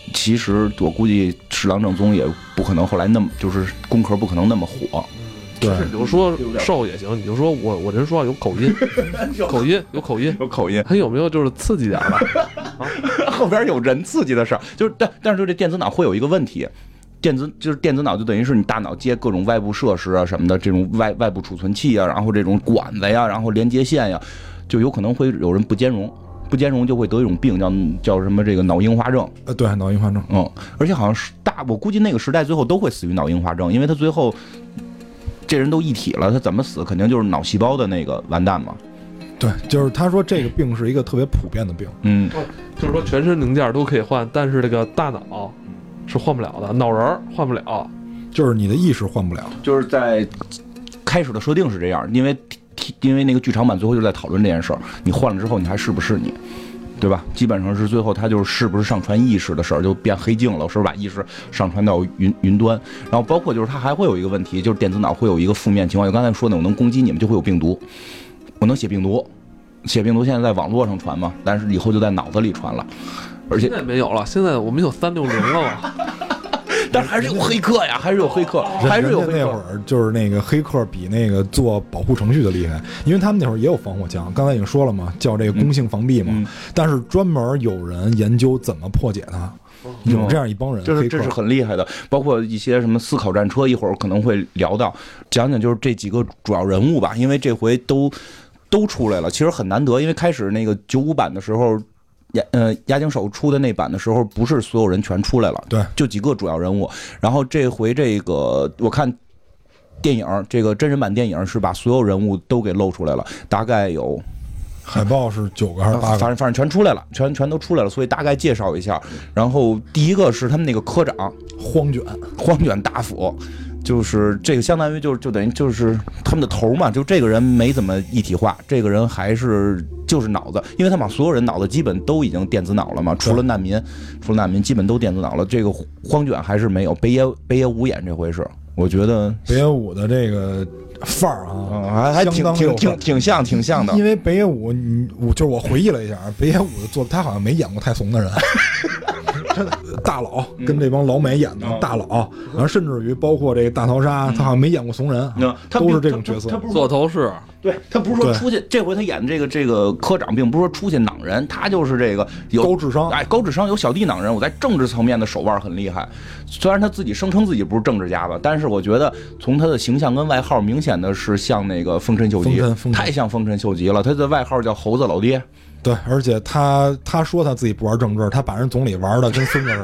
其实我估计侍郎正宗也不可能后来那么就是宫壳不可能那么火。 对， 你就说瘦也行，你就说我人说话有口音，有口音，还有没有就是刺激点的？ 后边有人刺激的事儿，就是但是就这电子脑会有一个问题。电子脑就等于是你大脑接各种外部设施啊什么的，这种外部储存器啊，然后这种管子呀，然后连接线呀，就有可能会有人不兼容就会得一种病，叫什么这个脑硬化症。 对，脑硬化症。 而且好像是我估计那个时代最后都会死于脑硬化症，因为他最后这人都一体了，他怎么死肯定就是脑细胞的那个完蛋嘛。 对，就是他说这个病是一个特别普遍的病。 就是说全身零件都可以换，但是这个大脑是换不了的，脑仁换不了， 就是你的意识换不了。 就是在开始的设定是这样，因为那个剧场版最后就在讨论这件事儿，你换了之后你还是不是你，对吧？基本上是最后他就是不是上传意识的事儿，就变黑镜了，是不是把意识上传到云端？然后包括就是它还会有一个问题，就是电子脑会有一个负面情况，就刚才说的，我能攻击你们就会有病毒，我能写病毒现在在网络上传嘛，但是以后就在脑子里传了。而且现在没有了，现在我们有360了嘛。 但是还是有黑客呀，还是有黑客。 那会儿就是那个黑客比那个做保护程序的厉害，因为他们那会儿也有防火墙，刚才已经说了嘛，叫这个攻性防弊嘛。但是专门有人研究怎么破解它，有这样一帮人， 这是很厉害的。包括一些什么思考战车，一会儿可能会聊到，讲讲就是这几个主要人物吧，因为这回都出来了，其实很难得，因为开始那个95版的时候。押井守出的那版的时候，不是所有人全出来了， 对， 就几个主要人物。然后这回这个我看电影，这个真人版电影是把所有人物都给露出来了，大概有海报是9个还是8个， 反正全出来了，全都出来了，所以大概介绍一下。然后第一个是他们那个科长荒卷大辅。就是这个相当于就等于就是他们的头嘛，就这个人没怎么一体化，这个人还是就是脑子，因为他把所有人脑子基本都已经电子脑了嘛，除了难民基本都电子脑了，这个荒卷还是没有。北野武演这回是，我觉得北野武的这个范儿啊， 还挺像的。 因为北野武，就是我回忆了一下，北野武做他好像没演过太怂的人。大佬跟这帮老美演的大佬，然后甚至于包括这个大逃杀，他好像没演过怂人，都是这种角色。 做头饰， 对他不是说出去，这回他演的这个科长，并不是说出去囊人，他就是这个有高智商， 高智商有小弟囊人。我在政治层面的手腕很厉害，虽然他自己声称自己不是政治家吧，但是我觉得从他的形象跟外号，明显的是像那个丰臣秀吉，太像丰臣秀吉了。他的外号叫猴子老爹。 对，而且他说他自己不玩政治，他把人总理玩的跟孙子似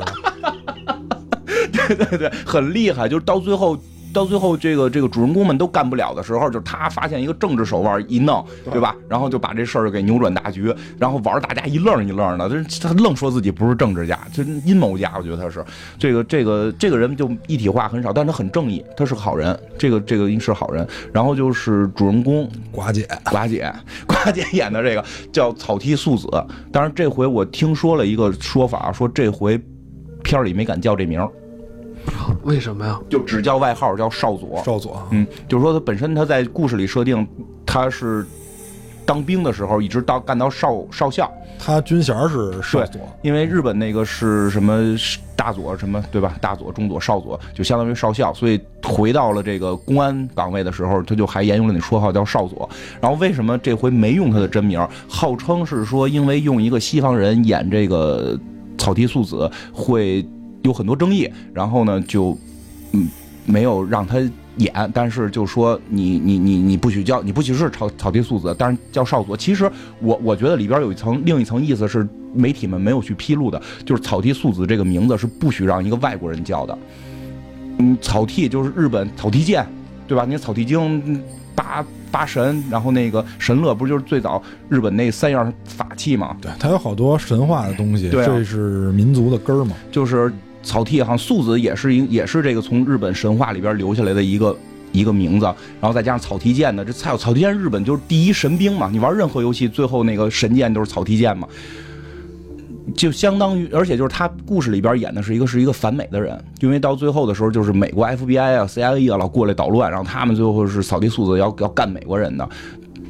的。对，很厉害。就是到最后，这个主人公们都干不了的时候，就是他发现一个政治手腕一弄，对吧？然后就把这事儿给扭转大局，然后玩大家一愣的。他愣说自己不是政治家，就是阴谋家。我觉得他是这个人就一体化很少，但是他很正义，他是好人。这个是好人。然后就是主人公寡姐演的这个叫草剃素子。当然这回我听说了一个说法，说这回片里没敢叫这名。 为什么呀？ 就只叫外号叫少佐。就是说他本身他在故事里设定他是当兵的时候一直干到少校， 他军衔是少佐。 因为日本那个是什么大佐什么对吧？大佐、中佐、少佐就相当于少校，所以回到了这个公安岗位的时候，他就还沿用了那绰号叫少佐。然后为什么这回没用他的真名？号称是说因为用一个西方人演这个草剃素子会有很多争议，然后呢就没有让他演，但是就说你不许是草剃素子，但是叫少佐。其实我觉得里边有另一层意思是媒体们没有去披露的，就是草剃素子这个名字是不许让一个外国人叫的。草剃就是日本草剃剑，对吧？你草剃精八神，然后那个神乐不就是最早日本那3样法器吗？ 对，它有好多神话的东西，这是民族的根儿嘛。 就是草剃好像素子也是这个从日本神话里边留下来的一个名字，然后再加上草剃剑的，这才有草剃剑。日本就是第一神兵嘛，你玩任何游戏最后那个神剑都是草剃剑嘛，就相当于，而且就是他故事里边演的是一个反美的人，因为到最后的时候就是美国 FBI 啊 CIA 啊老过来捣乱，然后他们最后是草剃素子要干美国人的。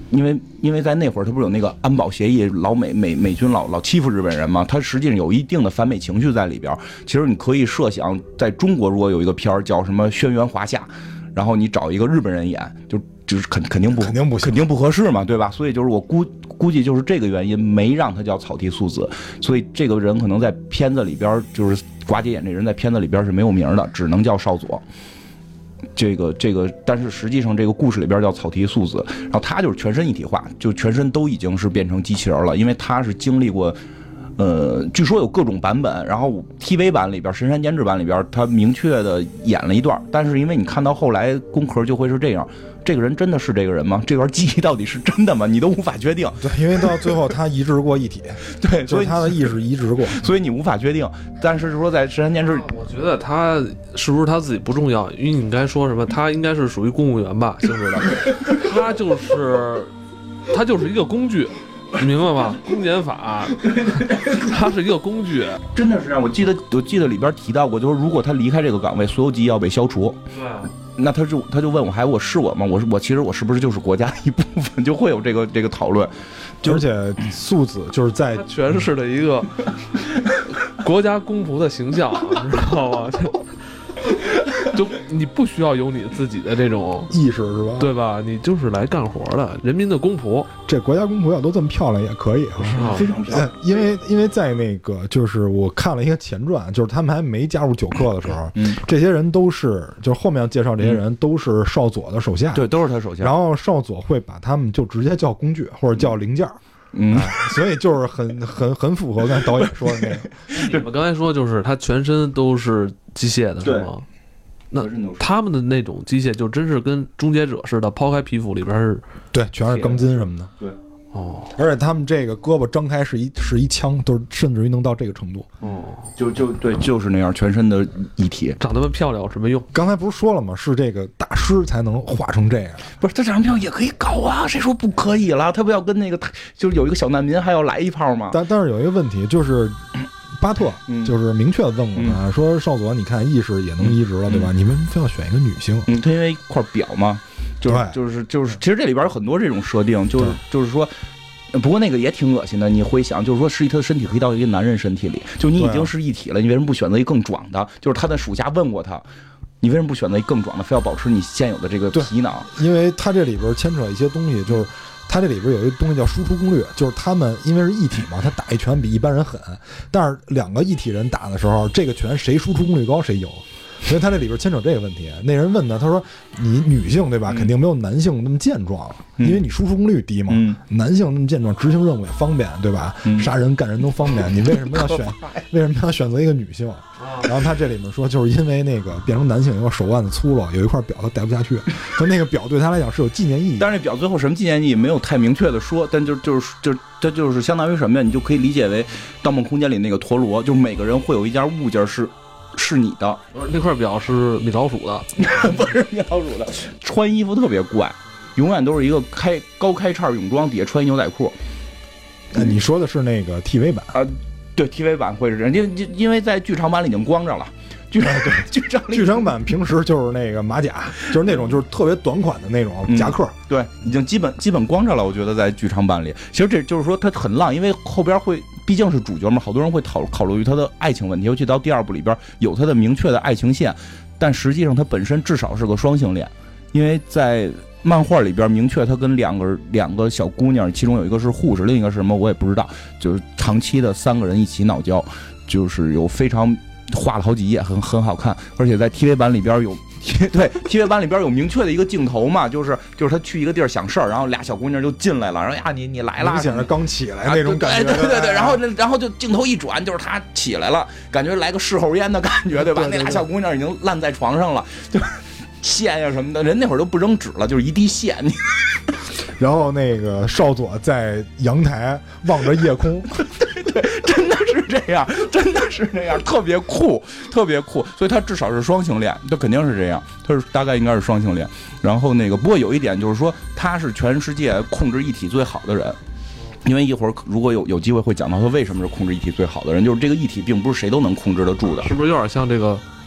因为在那会儿他不是有那个安保协议，美军老欺负日本人嘛，他实际上有一定的反美情绪在里边。其实你可以设想，在中国如果有一个片儿叫什么《轩辕华夏》，然后你找一个日本人演，就是肯定不合适嘛，对吧？所以就是我估计就是这个原因没让他叫草剃素子，所以这个人可能在片子里边，就是寡姐演这人在片子里边是没有名的，只能叫少佐。这个，但是实际上这个故事里边叫草剃素子，然后他就是全身一体化，就全身都已经是变成机器人了，因为他是经历过。据说有各种版本，然后 TV 版里边、神山监制版里边，他明确的演了一段，但是因为你看到后来宫壳就会是这样，这个人真的是这个人吗？这段记忆到底是真的吗？你都无法确定。 对，因为到最后他移植过一体， 对， 就是他的意识移植过， 所以你无法确定。但是说在神山监制， 我觉得他是不是他自己不重要，因为你刚才说什么，他应该是属于公务员吧性质的，他就是一个工具。你明白吗？公检法，它是一个工具， 真的是这样。我记得里边提到过，就是如果他离开这个岗位，所有记忆要被消除。 对。 那他就问我是我吗？我其实我是不是就是国家的一部分？就会有这个讨论。 而且素子就是在诠释了一个国家公仆的形象，你知道吗？就你不需要有你自己的这种意识是吧？ 对吧？你就是来干活的，人民的公仆。 这国家公仆要都这么漂亮也可以啊， 非常漂亮。 因为在那个就是我看了一个前传，就是他们还没加入九课的时候，这些人都是就是后面要介绍这些人都是少佐的手下， 对，都是他手下。 然后少佐会把他们就直接叫工具或者叫零件。所以就是很符合刚才导演说的那个。 你们刚才说就是他全身都是机械的，是吗？那他们的那种机械就真是跟终结者似的，抛开皮肤里边是， 对，全是钢筋什么的。 对， 哦， 而且他们这个胳膊张开是一枪，都甚至于能到这个程度。 哦， 对，就是那样，全身的一体。 长得漂亮有什么用？ 刚才不是说了吗？是这个大师才能画成这样。 不是，他长得漂亮也可以搞啊，谁说不可以了？他不要跟那个就是有一个小难民还要来一炮吗？ 但是有一个问题就是。巴特就是明确的问过他，说少佐，你看意识也能移植了，对吧？你为什么非要选一个女性？ 他因为一块表嘛，就是，其实这里边有很多这种设定，就是说，不过那个也挺恶心的。你回想，就是说，实际他的身体可以到一个男人身体里，就你已经是一体了，你为什么不选择一个更壮的？就是他的属下问过他，你为什么不选择一个更壮的，非要保持你现有的这个皮囊？ 因为他这里边牵扯一些东西，就是。他这里边有一个东西叫输出攻略，就是他们因为是一体嘛，他打一拳比一般人狠，但是两个一体人打的时候，这个拳谁输出功率高谁赢，所以他这里边牵扯这个问题。那人问他，他说你女性对吧，肯定没有男性那么健壮，因为你输出功率低嘛，男性那么健壮，执行任务也方便对吧，杀人干人都方便，你为什么要选择一个女性？然后他这里面说，就是因为那个变成男性以后手腕子粗了，有一块表他戴不下去，他那个表对他来讲是有纪念意义。 但是那表最后什么纪念意义没有太明确的说，但这就是相当于什么呀？你就可以理解为《盗梦空间》里那个陀螺，就是每个人会有一件物件是你的。 那块表是米老鼠的， 不是米老鼠的。穿衣服特别怪，永远都是一个高开叉泳装，底下穿牛仔裤。 你说的是那个 TV 版啊？对 TV 版会是这样，因为在剧场版里已经光着了。剧场版平时就是那个马甲，就是那种就是特别短款的那种夹克， 对，已经基本光着了。我觉得在剧场版里，其实这就是说他很浪，因为后边会毕竟是主角嘛，好多人会考虑他的爱情问题，尤其到第二部里边有他的明确的爱情线，但实际上他本身至少是个双性恋，因为在漫画里边明确他跟两个小姑娘，其中有一个是护士，另一个是什么我也不知道，就是长期的3个人一起脑交，就是有非常画了好几页，很好看，而且在 TV 版里边有。对 ，TV 版里边有明确的一个镜头嘛，就是他去一个地儿想事儿，然后俩小姑娘就进来了，然后呀你来了， 明显是刚起来那种感觉， 对，然后就镜头一转，就是他起来了，感觉来个事后烟的感觉，对吧？那俩小姑娘已经烂在床上了，就线呀什么的，人那会儿都不扔纸了，就是一地线。 然后那个少佐在阳台望着夜空， 对，真的是这样，特别酷，所以他至少是双性恋，他肯定是这样，他是大概应该是双性恋。然后那个，不过有一点就是说，他是全世界控制一体最好的人。因为一会儿如果有机会会讲到他为什么是控制一体最好的人，就是这个一体并不是谁都能控制得住的， 是不是有点像这个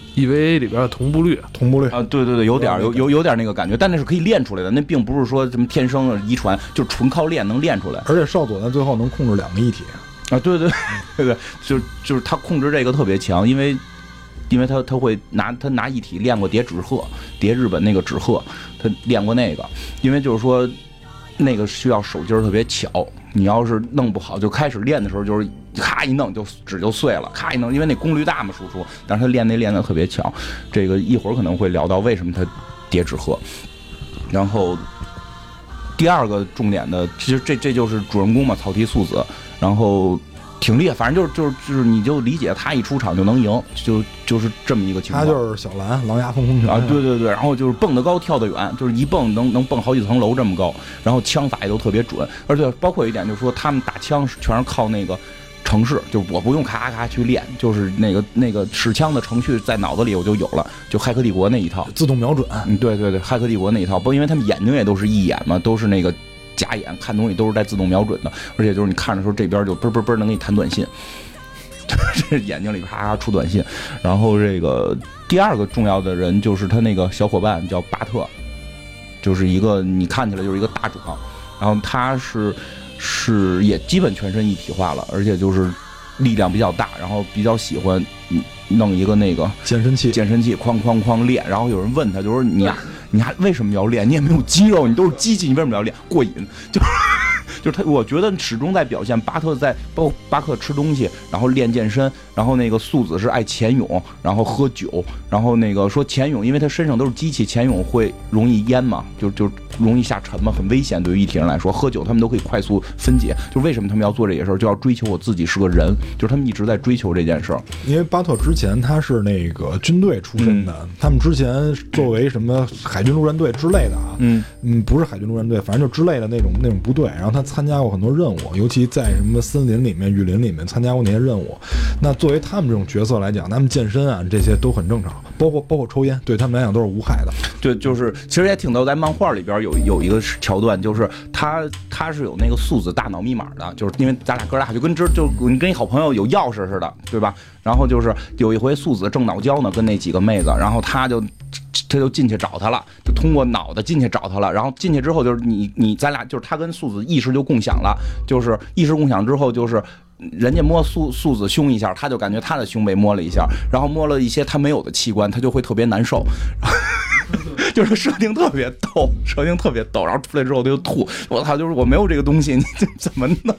EVA 里边的同步率啊，对对对，有点那个感觉，但那是可以练出来的，那并不是说什么天生的遗传，就纯靠练能练出来。 而且少佐呢最后能控制2个一体啊，对对对对，就是他控制这个特别强，因为他会拿一体练过叠纸鹤，叠日本那个纸鹤，他练过那个，因为就是说那个需要手劲儿特别巧，你要是弄不好，就开始练的时候就是咔一弄就纸就碎了，咔一弄，因为那功率大嘛输出，但是他练得特别巧，这个一会儿可能会聊到为什么他叠纸鹤。然后第二个重点的，其实这就是主人公嘛，草剃素子，然后挺厉害，反正就是你就理解他一出场就能赢，就是这么一个情况。 他就是小蓝狼牙风空拳啊，对对对，然后就是蹦得高跳得远，就是一蹦能蹦好几层楼这么高，然后枪法也都特别准，而且包括一点就是说他们打枪全是靠那个程式，就我不用咔咔去练，就是那个使枪的程序在脑子里我就有了，就骇客帝国那一套自动瞄准。 对对对，骇客帝国那一套，不因为他们眼睛也都是一眼嘛，都是那个假眼，看东西都是带自动瞄准的，而且就是你看的时候这边就嘣嘣嘣能给你弹短信，这眼睛里啪啪出短信。然后这个第二个重要的人就是他那个小伙伴叫巴特，就是一个你看起来就是一个大壮，然后他是也基本全身一体化了，而且就是力量比较大，然后比较喜欢弄一个那个健身器哐哐哐练。然后有人问他，就说你还为什么要练？你也没有肌肉，你都是机器，你为什么要练？过瘾，就是他，我觉得始终在表现巴特包括巴克吃东西，然后练健身，然后那个素子是爱潜泳，然后喝酒，然后那个说潜泳，因为他身上都是机器，潜泳会容易淹嘛，就容易下沉嘛，很危险对于一体人来说。喝酒他们都可以快速分解，就为什么他们要做这些事儿，就要追求我自己是个人，就是他们一直在追求这件事儿。 因为巴特之前他是那个军队出身的，他们之前作为什么海军陆战队之类的啊，不是海军陆战队，反正就之类的那种部队，然后他参加过很多任务，尤其在什么森林里面、雨林里面参加过那些任务。那作为他们这种角色来讲，他们健身啊这些都很正常，包括抽烟，对他们来讲都是无害的。 对，就是其实也挺逗，在漫画里边有一个桥段，就是他是有那个素子大脑密码的，就是因为咱俩哥俩就你跟一好朋友有钥匙似的，对吧？然后就是有一回素子正脑交呢，跟那几个妹子，然后他就进去找他了，就通过脑袋进去找他了。然后进去之后就是咱俩就是他跟素子意识就共享了，就是意识共享之后就是人家摸素子胸一下，他就感觉他的胸被摸了一下，然后摸了一些他没有的器官，他就会特别难受。就是设定特别逗，然后出来之后他就吐，我操，就是我没有这个东西，你这怎么弄？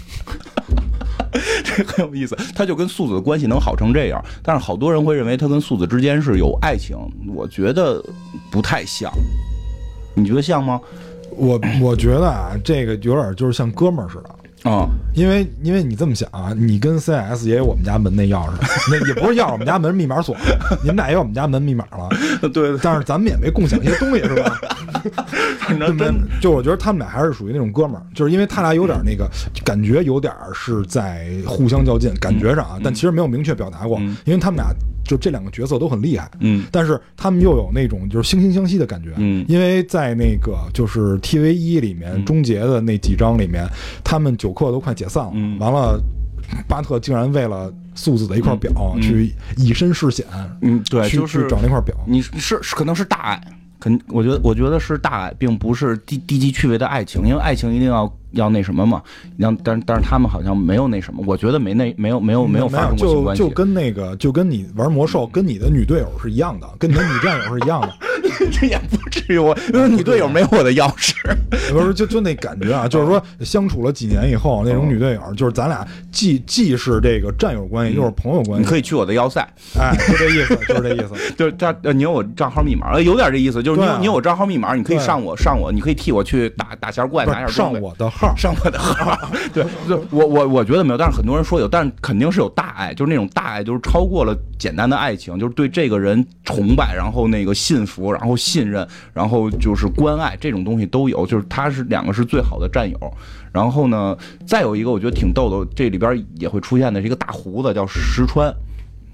这很有意思，他就跟素子的关系能好成这样，但是好多人会认为他跟素子之间是有爱情，我觉得不太像，你觉得像吗？ 我觉得啊，这个有点就是像哥们儿似的。因为你这么想啊，你跟 CS 也有我们家门那钥匙，那也不是钥匙，我们家门密码锁，你们俩也有我们家门密码了，对，但是咱们也没共享一些东西，是吧？反正就我觉得他们俩还是属于那种哥们儿，就是因为他俩有点那个感觉，有点是在互相较劲，感觉上啊，但其实没有明确表达过，因为他们俩就这两个角色都很厉害，但是他们又有那种就是惺惺相惜的感觉，因为在那个就是 TV1 里面终结的那几章里面，他们9课都快解散了，完了巴特竟然为了素子的一块表去以身试险， 对，就是去找那块表， 你是可能是大爱。我觉得是大爱，并不是低级趣味的爱情，因为爱情一定要那什么嘛，但是他们好像没有那什么，我觉得没有发生过性关系， 就跟你玩魔兽跟你的女队友是一样的，跟你的女战友是一样的。 这也不至于，因为女队友没有我的钥匙， 不是就那感觉啊，就是说相处了几年以后，那种女队友就是咱俩既是这个战友关系，又是朋友关系。 你可以去我的要塞， 就这意思，就是这意思。 就是你有我账号密码，有点这意思，就是你有我账号密码，你可以上我，你可以替我去打下怪，拿下上我的号， 对，我觉得没有，但是很多人说有，但是肯定是有大爱，就是那种大爱，就是超过了简单的爱情，就是对这个人崇拜，然后那个信服，然后信任，然后就是关爱，这种东西都有，就是他是两个是最好的战友。然后呢，再有一个我觉得挺逗的，这里边也会出现的是一个大胡子叫石川。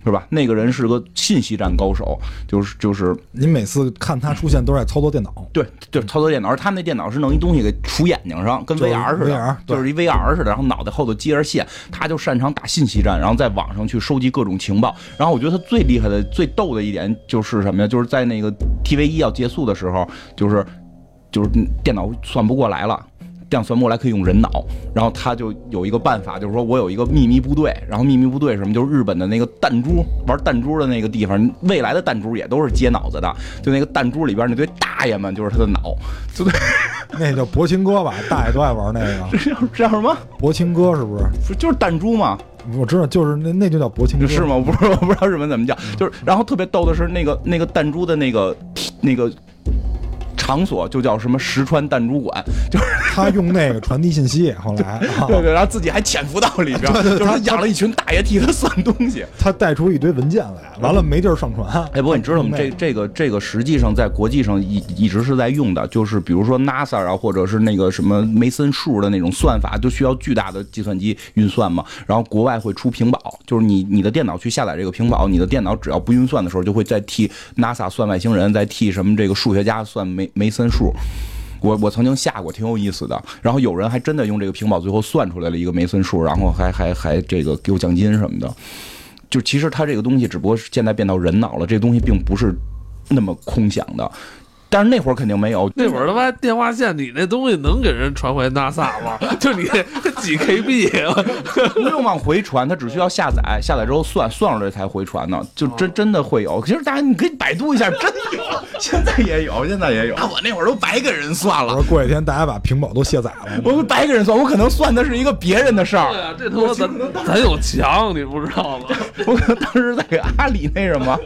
是吧？那个人是个信息战高手，就是你每次看他出现都是在操作电脑， 对，就是操作电脑，而他们那电脑是弄一东西给杵眼睛上，跟 VR 似的，就是一 VR 似的，然后脑袋后头接着线，他就擅长打信息战，然后在网上去收集各种情报。然后我觉得他最厉害的、最逗的一点就是什么呀？就是在那个 TV1要结束的时候，就是电脑算不过来了。这样算不过来可以用人脑，然后他就有一个办法，就是说我有一个秘密部队，然后秘密部队什么，就是日本的那个弹珠，玩弹珠的那个地方，未来的弹珠也都是接脑子的，就那个弹珠里边那堆大爷们就是他的脑，就对， 那叫博青哥吧，大爷都爱玩那个， 这叫什么？ 博青哥是不是？ 就是弹珠嘛。 我知道，就是那就叫博青哥， 是吗？我不知道日本怎么叫，就是，然后特别逗的是那个弹珠的那个场所就叫什么石川弹珠馆，就是他用那个传递信息，后来对，然后自己还潜伏到里边， 对， 就是他养了一群大爷替他算东西， 他带出一堆文件来，完了没地儿上传。 哎，不过你知道吗？这个实际上在国际上一直是在用的，就是比如说 NASA 啊，或者是那个什么梅森数的那种算法，都需要巨大的计算机运算嘛。然后国外会出屏保，就是你的电脑去下载这个屏保，你的电脑只要不运算的时候，就会再替 NASA 算外星人，再替什么这个数学家算梅森数。我曾经下过，挺有意思的。然后有人还真的用这个屏保，最后算出来了一个梅森数，然后还这个给我奖金什么的。就其实它这个东西只不过是现在变到人脑了，这个东西并不是那么空想的。但是那会儿肯定没有， 那会儿他妈电话线，你那东西能给人传回 NASA 吗？就你几 KB， 不用往回传，它只需要下载，下载之后算出来才回传呢，就真的会有。其实大家你可以百度一下，真有，现在也有。啊，我那会儿都白给人算了。 我说过几天大家把屏保都卸载了， 我白给人算，我可能算的是一个别人的事儿。 对啊，这他妈咱有墙，你不知道吗？ 我可能当时在给阿里那什么。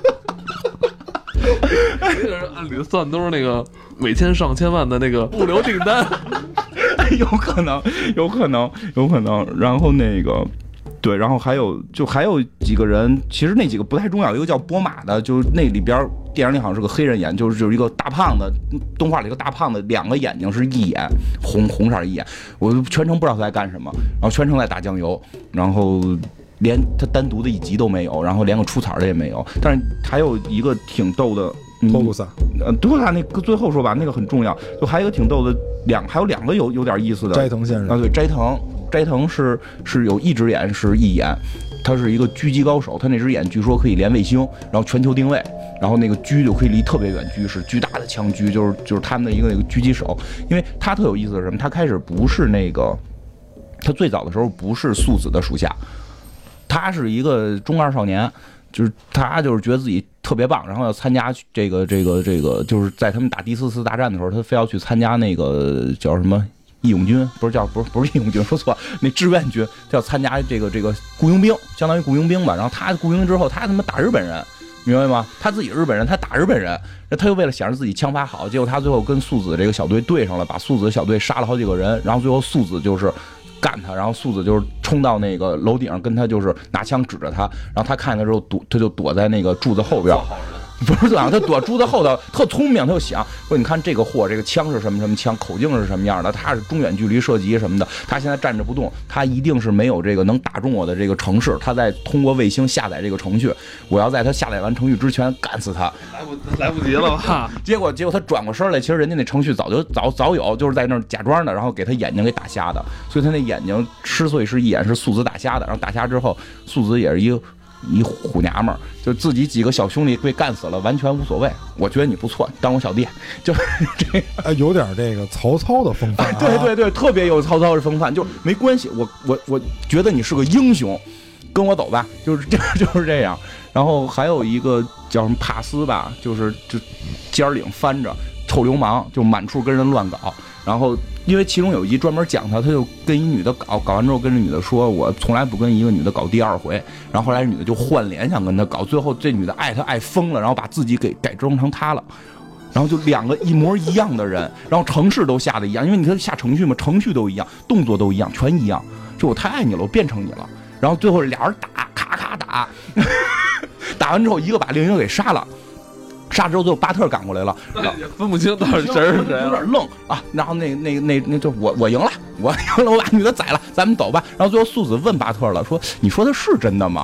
这个人按理算都是那个每天上千万的那个物流订单， 有可能。然后那个，对，然后还有几个人，其实那几个不太重要，一个叫波马的，就是那里边电影里好像是个黑人演，就是一个大胖子，动画里一个大胖子，两个眼睛是一眼红色一眼，我全程不知道他在干什么，然后全程在打酱油，然后。连他单独的一集都没有，然后连个出彩的也没有。但是还有一个挺逗的， 托鲁萨， 托鲁萨那个最后说吧，那个很重要。就还有一个挺逗的，还有两个有点意思的。 斋藤先生啊，对，斋藤是有一只眼是一眼，他是一个狙击高手，他那只眼据说可以连卫星，然后全球定位，然后那个狙就可以离特别远狙，是巨大的枪狙，就是他们的一个那个狙击手。因为他特有意思的是什么？他开始不是那个，他最早的时候不是素子的属下。他是一个中二少年，就是他就是觉得自己特别棒，然后要参加这个，就是在他们打第4次大战的时候，他非要去参加那个叫什么义勇军，不是义勇军，说错了，那志愿军，要参加这个雇佣兵，相当于雇佣兵吧。然后他雇佣之后，他他妈打日本人，明白吗？他自己日本人，他打日本人，他又为了想让自己枪法好，结果他最后跟素子这个小队对上了，把素子的小队杀了好几个人，然后最后素子就是干他，然后素子就是冲到那个楼顶上跟他就是拿枪指着他，然后他看他之后他就躲在那个柱子后边。不是这样，他躲柱子后头，特聪明，他就想说，你看这个货，这个枪是什么枪，口径是什么样的，他是中远距离射击什么的，他现在站着不动，他一定是没有这个能打中我的这个城市，他在通过卫星下载这个程序，我要在他下载完程序之前干死他， 来不及了吧？ 结果他转过身来，其实人家那程序早有，就是在那儿假装的，然后给他眼睛给打瞎的，所以他那眼睛吃碎是一眼是素子打瞎的，然后打瞎之后，素子也是一虎娘们儿，就自己几个小兄弟被干死了，完全无所谓。我觉得你不错，当我小弟，就这有点这个曹操的风范、啊。 对，特别有曹操的风范，就没关系。我觉得你是个英雄，跟我走吧，就是这样。然后还有一个叫什么帕斯吧，就尖领翻着臭流氓，就满处跟人乱搞。然后因为其中有一集专门讲他就跟一女的搞完之后跟这女的说，我从来不跟一个女的搞第二回。然后后来女的就换脸想跟他搞，最后这女的爱他爱疯了，然后把自己给改装成他了。然后就两个一模一样的人，然后程式都下的一样，因为你看下程序嘛，程序都一样，动作都一样，全一样。就我太爱你了，我变成你了。然后最后俩人打，咔咔打，打完之后一个把另一个给杀了。杀之后，最后巴特赶过来了， 也分不清到底谁是谁， 有点愣啊。然后那就我赢了，我把女的宰了，咱们走吧。然后最后素子问巴特了，说：“你说的是真的吗？”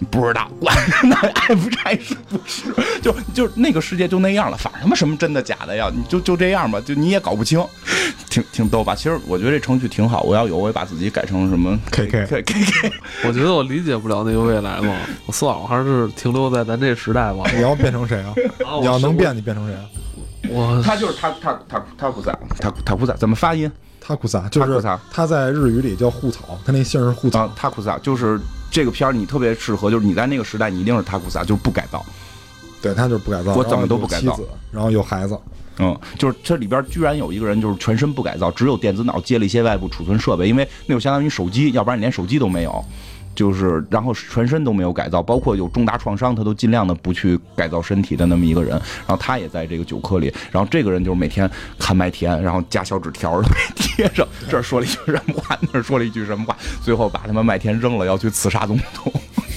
不知道，管那爱不爱是不是？就那个世界就那样了，反正他妈什么真的假的呀？你就这样吧，就你也搞不清，挺逗吧？其实我觉得这程序挺好，我也把自己改成什么 KK。 我觉得我理解不了那个未来嘛，我算了，我还是停留在咱这时代吧。 你要变成谁啊？你要能变，你变成谁啊？ 他就是他库萨怎么发音？ 塔库萨就是他在日语里叫护草，他那姓是护草。 塔库萨就是这个片儿，你特别适合，就是你在那个时代，你一定是塔库萨，就是不改造。 对，他就是不改造， 我怎么都不改造， 然后有孩子。 就是这里边居然有一个人就是全身不改造，只有电子脑接了一些外部储存设备，因为那就相当于手机，要不然你连手机都没有。就是然后全身都没有改造，包括有重大创伤他都尽量的不去改造身体的那么一个人。然后他也在这个酒科里，然后这个人就是每天看麦田，然后加小纸条贴上，这儿说了一句什么话，那儿说了一句什么话，最后把他们麦田扔了，要去刺杀总统。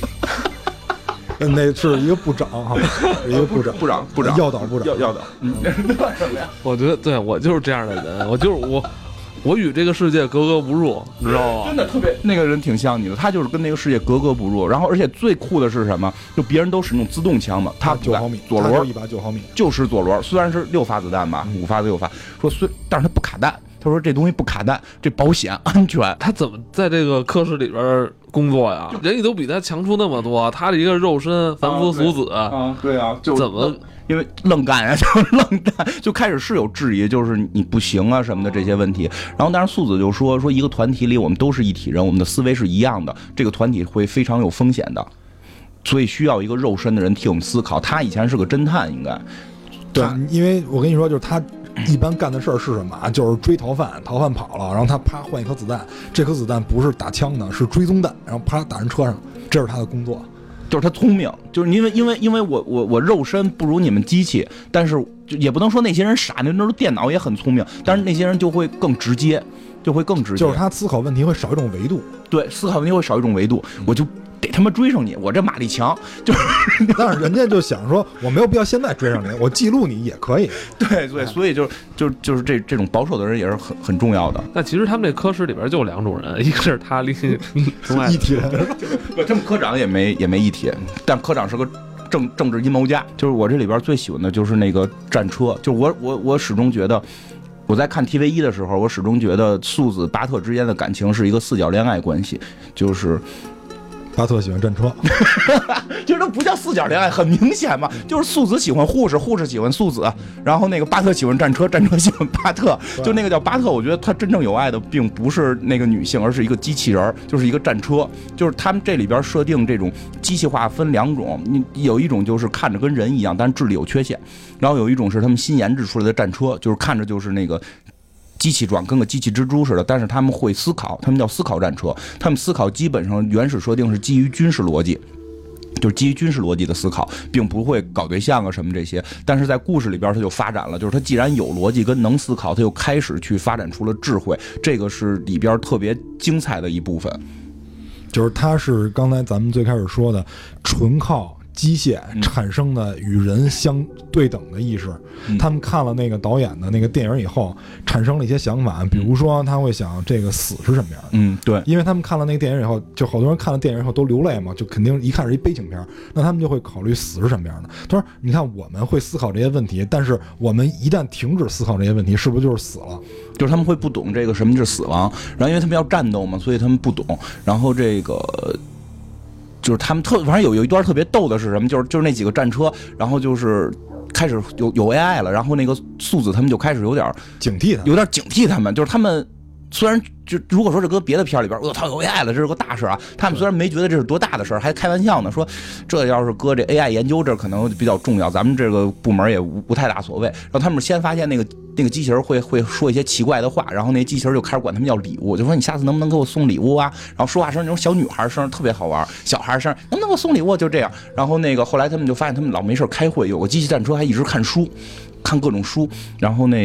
那是一个部长哈，一个部长要导部长要导，那什么呀？ 我觉得对我就是这样的人，我与这个世界格格不入，你知道吗？ 真的特别，那个人挺像你的，他就是跟那个世界格格不入。然后，而且最酷的是什么？就别人都使用自动枪嘛，他 9毫米左轮一把9毫米， 就是左轮，虽然是6发子弹吧，5发子6发，说但是他不卡弹。他说这东西不卡弹，这保险安全。 他怎么在这个科室里边工作呀？人家都比他强出那么多，他的一个肉身凡夫俗子对啊，就怎么？ 因为愣干啊，就愣干，就开始是有质疑，就是你不行啊什么的这些问题。然后，但是素子就说一个团体里我们都是一体人，我们的思维是一样的，这个团体会非常有风险的，所以需要一个肉身的人替我们思考。他以前是个侦探，应该对，因为我跟你说，就是他一般干的事儿是什么啊？就是追逃犯，逃犯跑了，然后他啪换一颗子弹，这颗子弹不是打枪的，是追踪弹，然后啪打人车上，这是他的工作。 就是他聪明，就是因为我肉身不如你们机器，但是也不能说那些人傻，那时候电脑也很聪明，但是那些人就会更直接，就是他思考问题会少一种维度， 对，思考问题会少一种维度，我就得他妈追上你，我这马力强，就是但是人家就想说我没有必要现在追上你，我记录你也可以， 对，所以就是这种保守的人也是很重要的。 那其实他们这科室里边就2种人，一个是他另一体人， 他们科长也没一体，但科长是个政治阴谋家。就是我这里边最喜欢的就是那个战车，就是我始终觉得。我在看 TV1的时候，我始终觉得素子巴特之间的感情是一个4角恋爱关系，就是巴特喜欢战车， 就是这不叫4角恋爱，很明显嘛，就是素子喜欢护士，护士喜欢素子，然后那个巴特喜欢战车，战车喜欢巴特，就那个叫巴特，我觉得他真正有爱的并不是那个女性，而是一个机器人，就是一个战车。就是他们这里边设定这种机器化分2种，有一种就是看着跟人一样，但是智力有缺陷，然后有一种是他们新研制出来的战车，就是看着就是那个机器状，跟个机器蜘蛛似的，但是他们会思考，他们叫思考战车。他们思考基本上原始设定是基于军事逻辑，就是基于军事逻辑的思考，并不会搞对象啊什么这些。但是在故事里边，它就发展了，就是它既然有逻辑跟能思考，它就开始去发展出了智慧，这个是里边特别精彩的一部分。 就是它是刚才咱们最开始说的，纯靠机械产生的与人相对等的意识。他们看了那个导演的那个电影以后，产生了一些想法，比如说他会想这个死是什么样的。 对， 因为他们看了那个电影以后，就好多人看了电影以后都流泪嘛，就肯定一看是一悲情片，那他们就会考虑死是什么样的。他说你看我们会思考这些问题，但是我们一旦停止思考这些问题，是不是就是死了？ 就是他们会不懂这个什么是死亡，然后因为他们要战斗嘛，所以他们不懂。然后这个就是他们反正有一段特别逗的是什么，就是那几个战车，然后就是开始有 AI 了，然后那个素子他们就开始有点警惕他们，就是他们虽然就如果说是搁别的片里边，我操有 AI 了，这是个大事啊。他们虽然没觉得这是多大的事儿，还开玩笑呢，说这要是搁这 AI 研究这可能比较重要，咱们这个部门也无太大所谓。然后他们先发现那个机器人会说一些奇怪的话，然后那机器人就开始管他们要礼物，就说你下次能不能给我送礼物啊？然后说话声那种小女孩声特别好玩，小孩声能不能给我送礼物？就这样。然后那个后来他们就发现他们老没事开会，有个机器战车还一直看书，看各种书，然后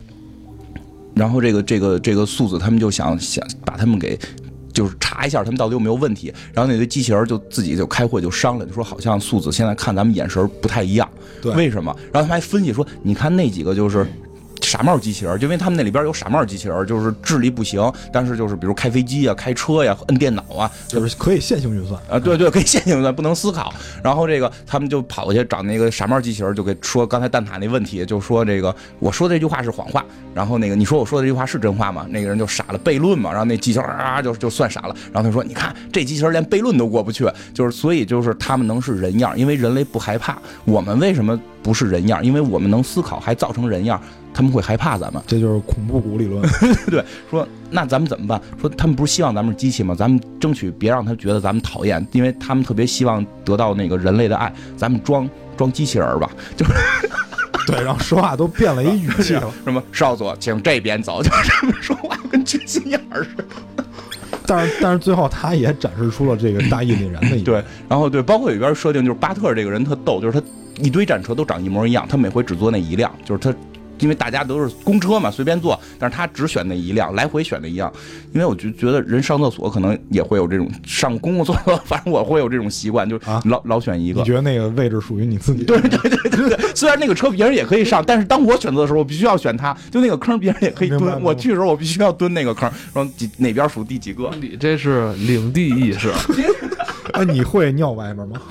这个素子他们就想把他们给就是查一下他们到底有没有问题，然后那堆机器人就自己就开会就商量，就说好像素子现在看咱们眼神不太一样， 对， 为什么？然后他们还分析说，你看那几个就是傻帽机器人，就因为他们那里边有傻帽机器人，就是智力不行，但是就是比如开飞机啊、开车呀、摁电脑啊， 就是可以线性运算啊，对对，可以线性运算，不能思考。然后这个他们就跑过去找那个傻帽机器人，就给说刚才蛋挞那问题，就说这个我说的这句话是谎话，然后那个你说我说的这句话是真话吗？那个人就傻了，悖论嘛。然后那机器人啊就算傻了，然后他说你看这机器人连悖论都过不去，就是所以就是他们能是人样，因为人类不害怕。我们为什么不是人样？因为我们能思考，还造成人样，他们会害怕咱们。 这就是恐怖谷理论。 对，说那咱们怎么办？说他们不是希望咱们是机器吗？咱们争取别让他觉得咱们讨厌，因为他们特别希望得到那个人类的爱。咱们装机器人吧，就是对，然后说话都变了一语气了。 什么少佐，请这边走，就是这么说话，跟缺心眼儿似的。 但是最后他也展示出了这个大义凛然的一面。 对，然后对，包括有一边设定就是巴特这个人特逗，就是他一堆战车都长一模一样，他每回只坐那一辆，就是他。因为大家都是公车嘛，随便坐，但是他只选那一辆，来回选的一样。因为我就觉得人上厕所可能也会有这种上公共厕所，反正我会有这种习惯，就老选一个。 你觉得那个位置属于你自己？ 对对对对对。虽然那个车别人也可以上，但是当我选择的时候，我必须要选它。就那个坑别人也可以蹲，我去的时候我必须要蹲那个坑，说哪边属第几个。 你这是领地意识。 哎，你会尿外面吗？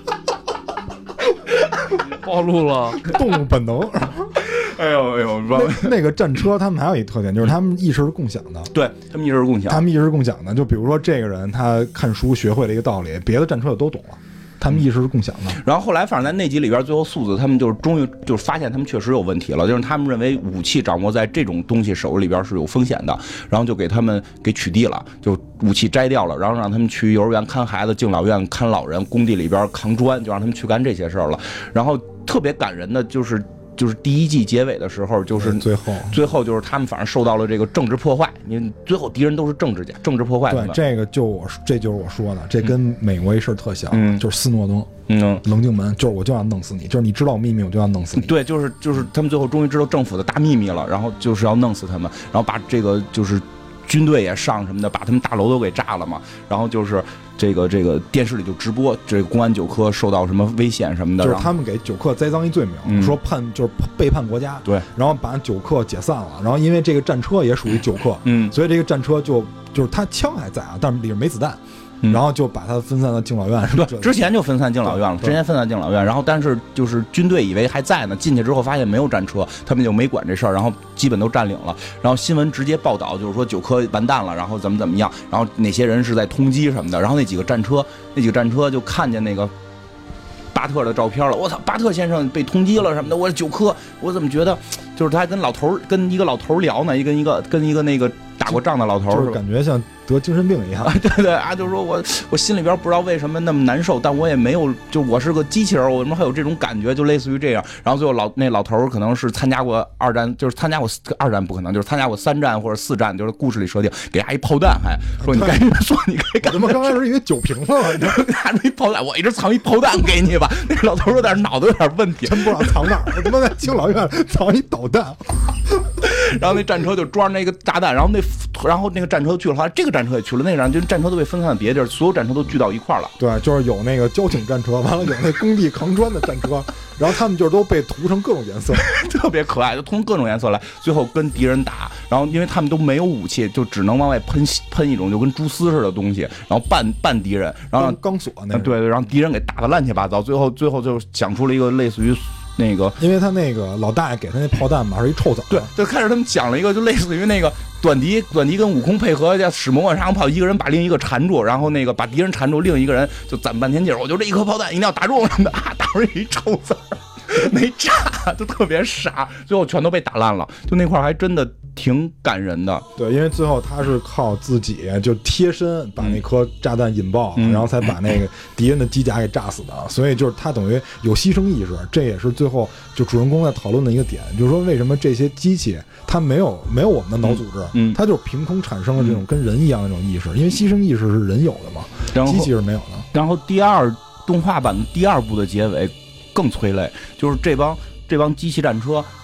暴露了动物本能。 哎呦哎呦， 那个战车他们还有一特点，就是他们意识是共享的。 对，他们意识是共享。 他们意识是共享的，就比如说这个人他看书学会了一个道理，别的战车就都懂了。他们意识是共享的。 然后后来，反正在那集里边，最后素子他们就是终于就是发现他们确实有问题了，就是他们认为武器掌握在这种东西手里边是有风险的，然后就给他们给取缔了，就武器摘掉了，然后让他们去幼儿园看孩子、敬老院看老人、工地里边扛砖，就让他们去干这些事儿了。然后特别感人的就是第一季结尾的时候，就是最后就是他们反正受到了这个政治破坏，因为最后敌人都是政治家，政治破坏。 对，这就是我说的，这跟美国一事特像，就是斯诺登，棱镜门，就是我就要弄死你，就是你知道秘密，我就要弄死你。 对，就是他们最后终于知道政府的大秘密了，然后就是要弄死他们，然后把这个就是军队也上什么的，把他们大楼都给炸了嘛，然后就是这个电视里就直播这个公安9科受到什么危险什么的， 就是他们给9科栽赃一罪名，说就是背叛国家， 对， 然后把9科解散了，然后因为这个战车也属于9科，所以这个战车就是他枪还在啊，但是里面没子弹。然后就把它分散到敬老院， 对，之前就分散敬老院了，之前分散敬老院，然后但是就是军队以为还在呢，进去之后发现没有战车，他们就没管这事儿，然后基本都占领了，然后新闻直接报道就是说9科完蛋了，然后怎么样，然后哪些人是在通缉什么的，然后那几个战车就看见那个巴特的照片了，我操，巴特先生被通缉了什么的，我9科，我怎么觉得就是他还跟一个老头聊呢，跟一个那个打过仗的老头， 就是感觉像得精神病一样。 对对啊，就是说我心里边不知道为什么那么难受，但我也没有，就我是个机器人，我为什么还有这种感觉，就类似于这样。然后最后那老头可能是参加过2战，就是参加过2战不可能，就是参加过3战或者4战，就是故事里设定给他一炮弹，还说你赶紧说你可以干。 怎么刚开始以为酒瓶子了？ 拿出一炮弹，我一直藏一炮弹给你吧。那老头有点脑子有点问题， 真不知道藏哪儿。我他妈在敬老院藏一导弹。 然后那战车就装那个炸弹，然后那个战车去了，后来这个战车也去了，那个战车都被分散到别的地儿，所有战车都聚到一块儿了。 对，就是有那个交警战车，完了有那工地扛砖的战车，然后他们就是都被涂成各种颜色， 特别可爱，就涂各种颜色来，最后跟敌人打。然后因为他们都没有武器，就只能往外喷一种就跟蛛丝似的东西，然后绊敌人，然后钢索那对，然后敌人给打得乱七八糟，最后就想出了一个类似于。那个， 因为他那个老大爷给他那炮弹嘛是一臭枣， 对，就开始他们讲了一个，就类似于那个短笛跟悟空配合叫使魔万杀炮，一个人把另一个缠住，然后那个把敌人缠住，另一个人就攒半天劲儿，我就这一颗炮弹一定要打中什么的啊，打出一臭枣没炸，就特别傻，最后全都被打烂了，就那块还真的挺感人的。 对，因为最后他是靠自己就贴身把那颗炸弹引爆，然后才把那个敌人的机甲给炸死的，所以就是他等于有牺牲意识，这也是最后就主人公在讨论的一个点，就是说为什么这些机器它没有我们的脑组织，它就凭空产生了这种跟人一样的这种意识，因为牺牲意识是人有的嘛，机器是没有的。 然后动画版的第2部的结尾更催泪，就是这帮机器战车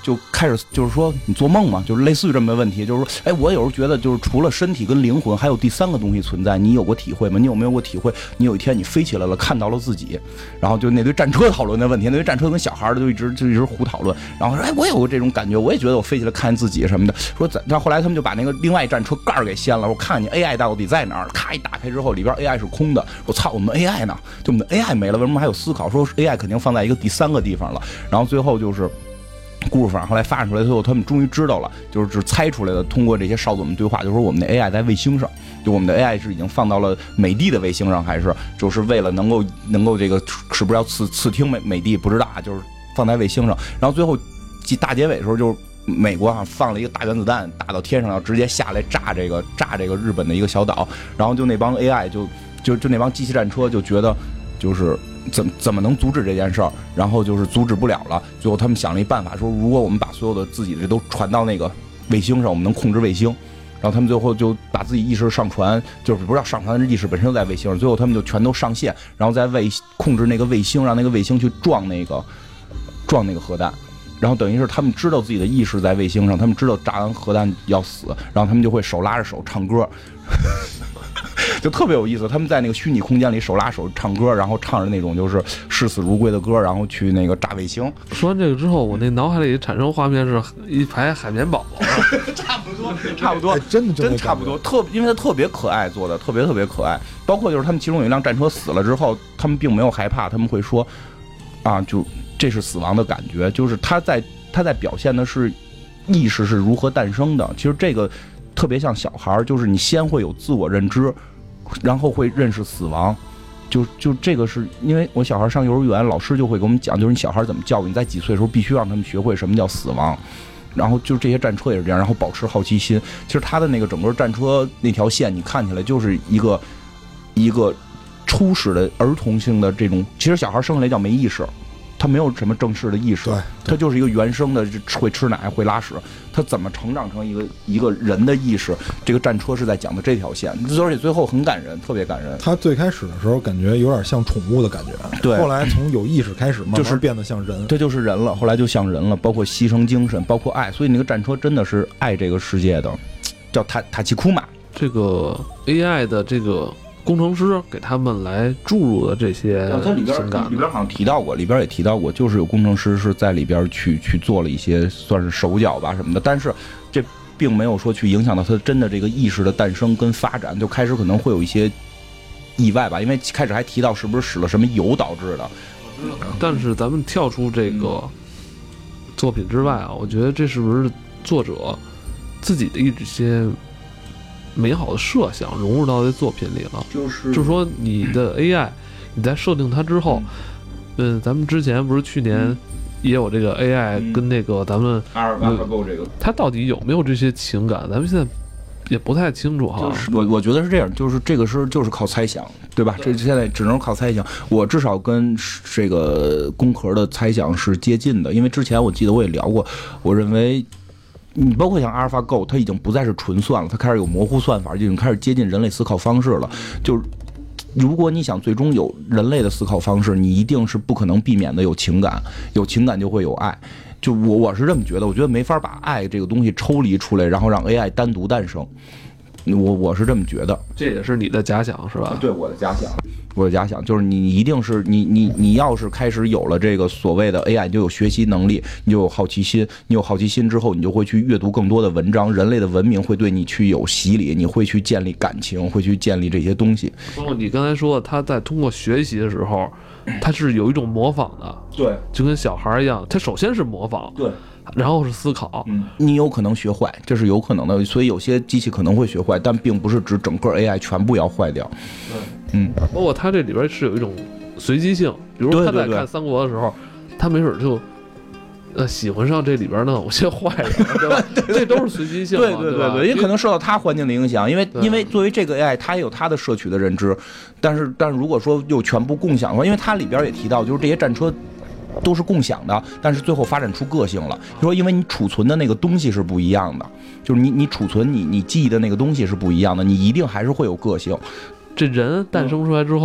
就开始就是说你做梦嘛，就是类似于这么个问题，就是说，哎，我有时候觉得就是除了身体跟灵魂，还有第三个东西存在，你有过体会吗？你有没有过体会？你有一天你飞起来了，看到了自己，然后就那堆战车讨论的问题，那堆战车跟小孩的就一直胡讨论，然后说，哎，我有过这种感觉，我也觉得我飞起来看见自己什么的，说然后后来他们就把那个另外一战车盖给掀了，我看你 AI 到底在哪儿？咔一打开之后，里边 AI 是空的，我操，我们 AI 呢？就我们的 AI 没了，为什么还有思考？说 AI 肯定放在一个第三个地方了，然后最后就是故事反正后来发展出来，最后他们终于知道了，就是猜出来的，通过这些少佐们对话，就是说我们的 AI 在卫星上，就我们的 AI 是已经放到了美帝的卫星上，还是就是为了能够这个是不是要刺听美帝不知道，就是放在卫星上，然后最后大结尾的时候就是美国放了一个大原子弹打到天上，要直接下来炸这个日本的一个小岛，然后就那帮 AI 就那帮机器战车就觉得就是怎么能阻止这件事儿，然后就是阻止不了了，最后他们想了一办法，说如果我们把所有的自己的都传到那个卫星上，我们能控制卫星，然后他们最后就把自己意识上传，就是不是要上传的意识本身就在卫星上，最后他们就全都上线，然后在控制那个卫星，让那个卫星去撞那个核弹。然后等于是他们知道自己的意识在卫星上，他们知道炸完核弹要死，然后他们就会手拉着手唱歌，就特别有意思。他们在那个虚拟空间里手拉手唱歌，然后唱着那种就是视死如归的歌，然后去那个炸卫星。 说完这个之后，我那脑海里产生画面是一排海绵宝宝， 差不多，真差不多。因为它特别可爱，做的特别可爱。包括就是他们其中有一辆战车死了之后，他们并没有害怕，他们会说啊，就这是死亡的感觉，就是他在表现的是意识是如何诞生的。其实这个特别像小孩，就是你先会有自我认知，然后会认识死亡。就这个是因为我小孩上幼儿园，老师就会给我们讲，就是你小孩怎么教育，你在几岁的时候必须让他们学会什么叫死亡。然后就这些战车也是这样，然后保持好奇心。其实他的那个整个战车那条线，你看起来就是一个初始的儿童性的这种，其实小孩生下来叫没意识。他没有什么正式的意识，他就是一个原生的，会吃奶会拉屎，他怎么成长成一个人的意识？这个战车是在讲的这条线，而且最后很感人，特别感人。 他最开始的时候感觉有点像宠物的感觉， 对， 后来从有意识开始慢慢变得像人， 这就是人了，后来就像人了，包括牺牲精神，包括爱，所以那个战车真的是爱这个世界的，叫塔奇库玛。 这个 AI 的这个工程师给他们来注入的这些情感， 里边好像提到过，里边也提到过，就是有工程师是在里边去做了一些算是手脚吧什么的，但是这并没有说去影响到他真的这个意识的诞生跟发展，就开始可能会有一些意外吧，因为开始还提到是不是使了什么油导致的。 但是咱们跳出这个作品之外啊，我觉得这是不是作者自己的一些美好的设想融入到这作品里了，就是说你的 AI 你在设定它之后，咱们之前不是去年也有这个 AI 跟那个咱们阿尔法狗这个， 它到底有没有这些情感，咱们现在也不太清楚哈。 我觉得是这样，就是这个就是靠猜想，对吧？这现在只能靠猜想。我至少跟这个工壳的猜想是接近的，因为之前我记得我也聊过，我认为。你包括像阿尔法 Go， 它已经不再是纯算了，它开始有模糊算法，就已经开始接近人类思考方式了。就是如果你想最终有人类的思考方式，你一定是不可能避免的有情感，有情感就会有爱。就我是这么觉得，我觉得没法把爱这个东西抽离出来，然后让 AI 单独诞生。我是这么觉得， 这也是你的假想是吧？ 对，我的假想就是你一定是你要是开始有了这个所谓的 AI，你就有学习能力，你就有好奇心，你有好奇心之后，你就会去阅读更多的文章，人类的文明会对你去有洗礼，你会去建立感情，会去建立这些东西。 包括你刚才说他在通过学习的时候，他是有一种模仿的， 对， 就跟小孩一样，他首先是模仿， 对。 然后是思考， 你有可能学坏，这是有可能的，所以有些机器可能会学坏，但并不是指整个 AI 全部要坏掉。 包括它这里边是有一种随机性，比如他在看三国的时候，他没准就喜欢上这里边的某些坏人，对吧？这都是随机性， 对，也可能受到他环境的影响，因为作为这个 AI，它也有它的摄取的认知，但是如果说又全部共享的话，因为它里边也提到，就是这些战车。都是共享的，但是最后发展出个性了。就说因为你储存的那个东西是不一样的，就是你储存你记忆的那个东西是不一样的，你一定还是会有个性。 这人诞生出来之后，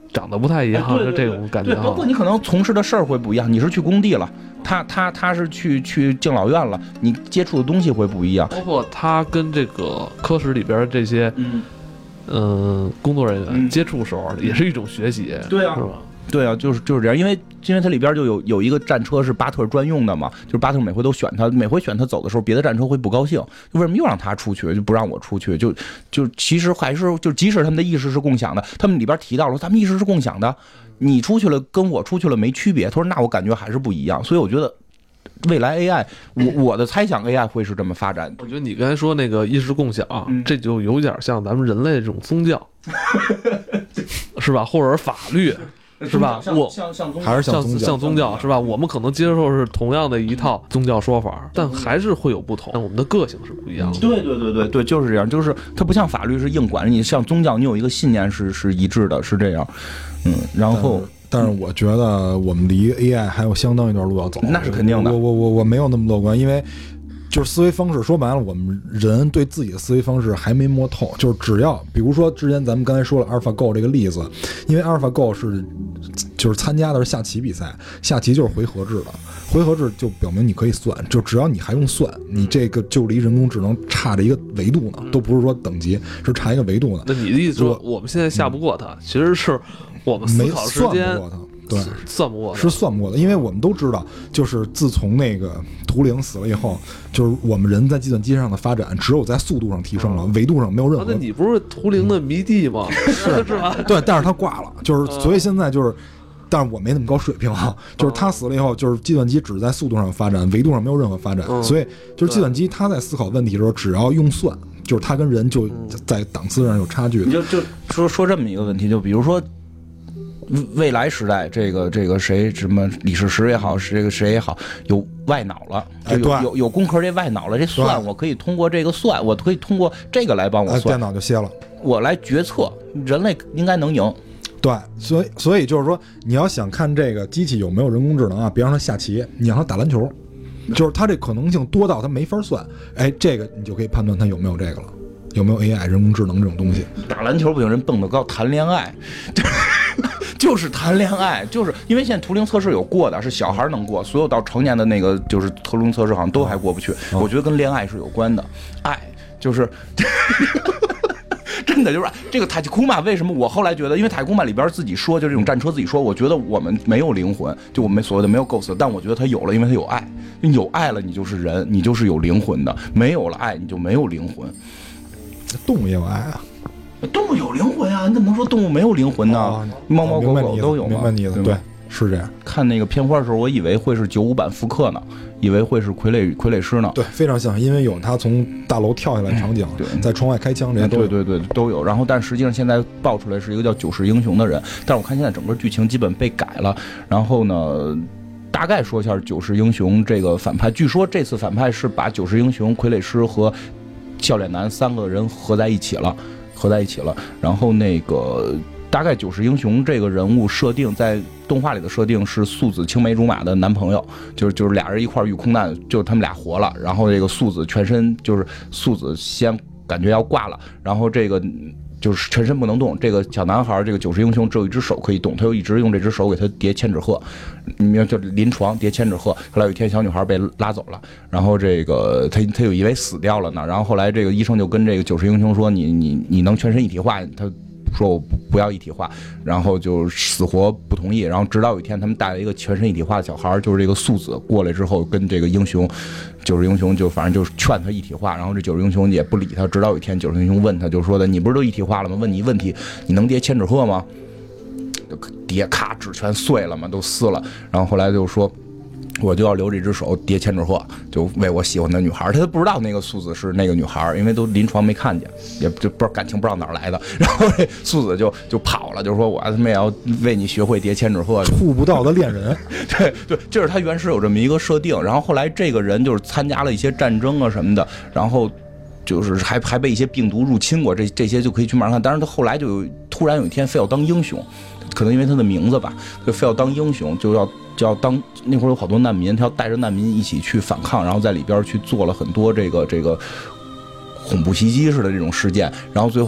长得不太一样， 就这种感觉对，包括你可能从事的事儿会不一样，你是去工地了，他是去敬老院了，你接触的东西会不一样， 包括他跟这个科室里边这些工作人员接触时候也是一种学习， 对啊， 是吧？ 对啊，就是这样，因为它里边就有一个战车是巴特专用的嘛，就是巴特每回都选他，每回选他走的时候，别的战车会不高兴，就为什么又让他出去，就不让我出去？就其实还是就即使他们的意识是共享的，他们里边提到了，他们意识是共享的，你出去了跟我出去了没区别。他说那我感觉还是不一样，所以我觉得未来 AI， 我的猜想 AI 会是这么发展的。 我觉得你刚才说那个意识共享，这就有点像咱们人类这种宗教，是吧？或者是法律。是吧？我还是像宗教是吧？我们可能接受是同样的一套宗教说法，但还是会有不同。但我们的个性是不一样的。 对，就是这样。就是它不像法律是硬管你，像宗教你有一个信念是一致的，是这样。然后。 但是我觉得我们离 AI 还有相当一段路要走。 那是肯定的。 我没有那么乐观，因为。就是思维方式，说白了，我们人对自己的思维方式还没摸透。就是只要，比如说之前咱们刚才说了 AlphaGo 这个例子，因为 AlphaGo 就是参加的是下棋比赛，下棋就是回合制的，回合制就表明你可以算，就只要你还用算，你这个就离人工智能差着一个维度呢，都不是说等级，是差一个维度呢。 那你的意思说，我们现在下不过它，其实是我们思考时间没算不过它。对， 算不过的， 是算不过的，因为我们都知道，就是自从那个图灵死了以后，就是我们人在计算机上的发展，只有在速度上提升了，维度上没有任何。 那你不是图灵的迷弟吗？是吧？ 对，但是他挂了，就是所以现在就是，但是我没那么高水平啊，就是他死了以后，就是计算机只在速度上发展，维度上没有任何发展，所以就是计算机它在思考问题的时候，只要用算，就是它跟人就在档次上有差距的。 就说这么一个问题，就比如说。未来时代，这个谁什么李世石也好，这个谁也好，有外脑了，就有工科这外脑了，这算我可以通过这个算，我可以通过这个来帮我算， 电脑就歇了， 我来决策，人类应该能赢。 对，所以就是说，你要想看这个机器有没有人工智能啊，别让它下棋，你让它打篮球，就是它这可能性多到它没法算，哎，这个你就可以判断它有没有这个了，有没有 AI 人工智能这种东西。 打篮球不行，人蹦得高，谈恋爱。就是谈恋爱，就是因为现在图灵测试有过的，是小孩能过，所有到成年的那个就是图灵测试好像都还过不去。我觉得跟恋爱是有关的，爱就是真的就是这个塔吉库玛为什么我后来觉得，因为塔吉库玛里边自己说，就这种战车自己说，我觉得我们没有灵魂，就我们所谓的没有 ghost， 但我觉得他有了，因为他有爱，有爱了你就是人，你就是有灵魂的，没有了爱你就没有灵魂。 动物也有爱啊。 动物有灵魂啊！你怎么能说动物没有灵魂呢？猫猫狗狗都有嘛。 明白你的，对，是这样。 看那个片花的时候，我以为会是95版复刻呢，以为会是傀儡师呢。 对，非常像，因为有他从大楼跳下来场景，在窗外开枪这些都有。 对都有。然后，但实际上现在爆出来是一个叫九世英雄的人，但是我看现在整个剧情基本被改了。然后呢，大概说一下九世英雄这个反派，据说这次反派是把九世英雄、傀儡师和笑脸男3个人合在一起了。然后那个大概九世英雄这个人物设定，在动画里的设定是素子青梅竹马的男朋友，就是俩人一块遇空难，就他们俩活了。然后这个素子全身就是素子先感觉要挂了，然后这个就是全身不能动。这个小男孩，这个九世英雄只有一只手可以动，他又一直用这只手给他叠千纸鹤，你明白就临床叠千纸鹤。后来有一天小女孩被拉走了，然后这个他有以为死掉了呢，然后后来这个医生就跟这个九世英雄说你能全身一体化，他说我不要一体化，然后就死活不同意。然后直到有一天他们带了一个全身一体化的小孩，就是这个素子过来之后，跟这个英雄九世英雄就反正就是劝他一体化，然后这九世英雄也不理他。直到有一天九世英雄问他，就说的你不是都一体化了吗？问你问题，你能叠千纸鹤吗？叠咔纸全碎了嘛，都撕了。然后后来就说我就要留这只手叠千纸鹤，就为我喜欢的女孩。他都不知道那个素子是那个女孩，因为都临床没看见，也就不知道感情不知道哪儿来的。然后这素子就跑了，就说我他妈也要为你学会叠千纸鹤。 触不到的恋人。 对，这是他原始有这么一个设定。然后后来这个人就是参加了一些战争啊什么的，然后就是还被一些病毒入侵过，这些就可以去马上看。当然他后来突然有一天非要当英雄，可能因为他的名字吧，就非要当英雄，就要当。那会儿有好多难民，他要带着难民一起去反抗，然后在里边去做了很多这个恐怖袭击式的这种事件，然后最后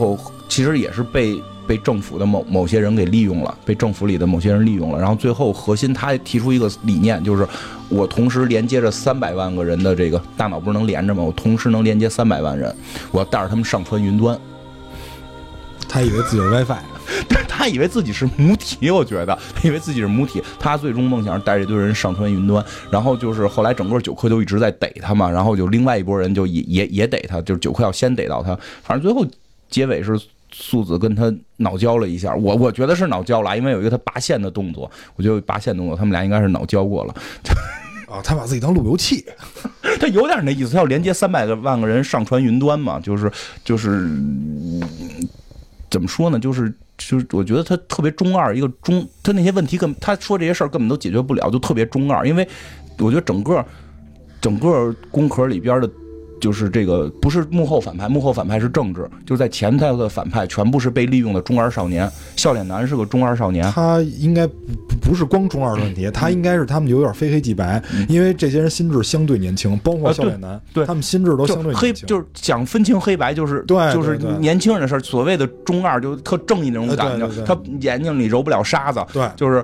其实也是被政府的某些人给利用了，被政府里的某些人利用了。然后最后核心他提出一个理念，就是我同时连接着300万个人的这个大脑不是能连着吗？我同时能连接300万人，我要带着他们上传云端。 他以为自己是 WiFi。 他以为自己是母体，我觉得他以为自己是母体，他最终梦想是带着一堆人上传云端。然后就是后来整个九课就一直在逮他嘛，然后就另外一拨人就也逮他，就是九课要先逮到他。反正最后结尾是素子跟他脑交了一下，我觉得是脑交了，因为有一个他拔线的动作，我觉得拔线动作他们俩应该是脑交过了。 啊，他把自己当路由器， 他有点那意思，他要连接300万个人上传云端嘛，就是怎么说呢，就是我觉得他特别中二，他那些问题他说这些事儿根本都解决不了，就特别中二。因为我觉得整个工壳里边的，就是这个不是幕后反派，幕后反派是政治，就是在前头的反派全部是被利用的中二少年。笑脸男是个中二少年， 他应该不是光中二的问题，他应该是他们有点非黑即白，因为这些人心智相对年轻，包括笑脸男， 对他们心智都相对年轻， 就是讲分清黑白，就是年轻人的事儿。所谓的中二就特正义那种感觉，他眼睛里揉不了沙子， 对， 就是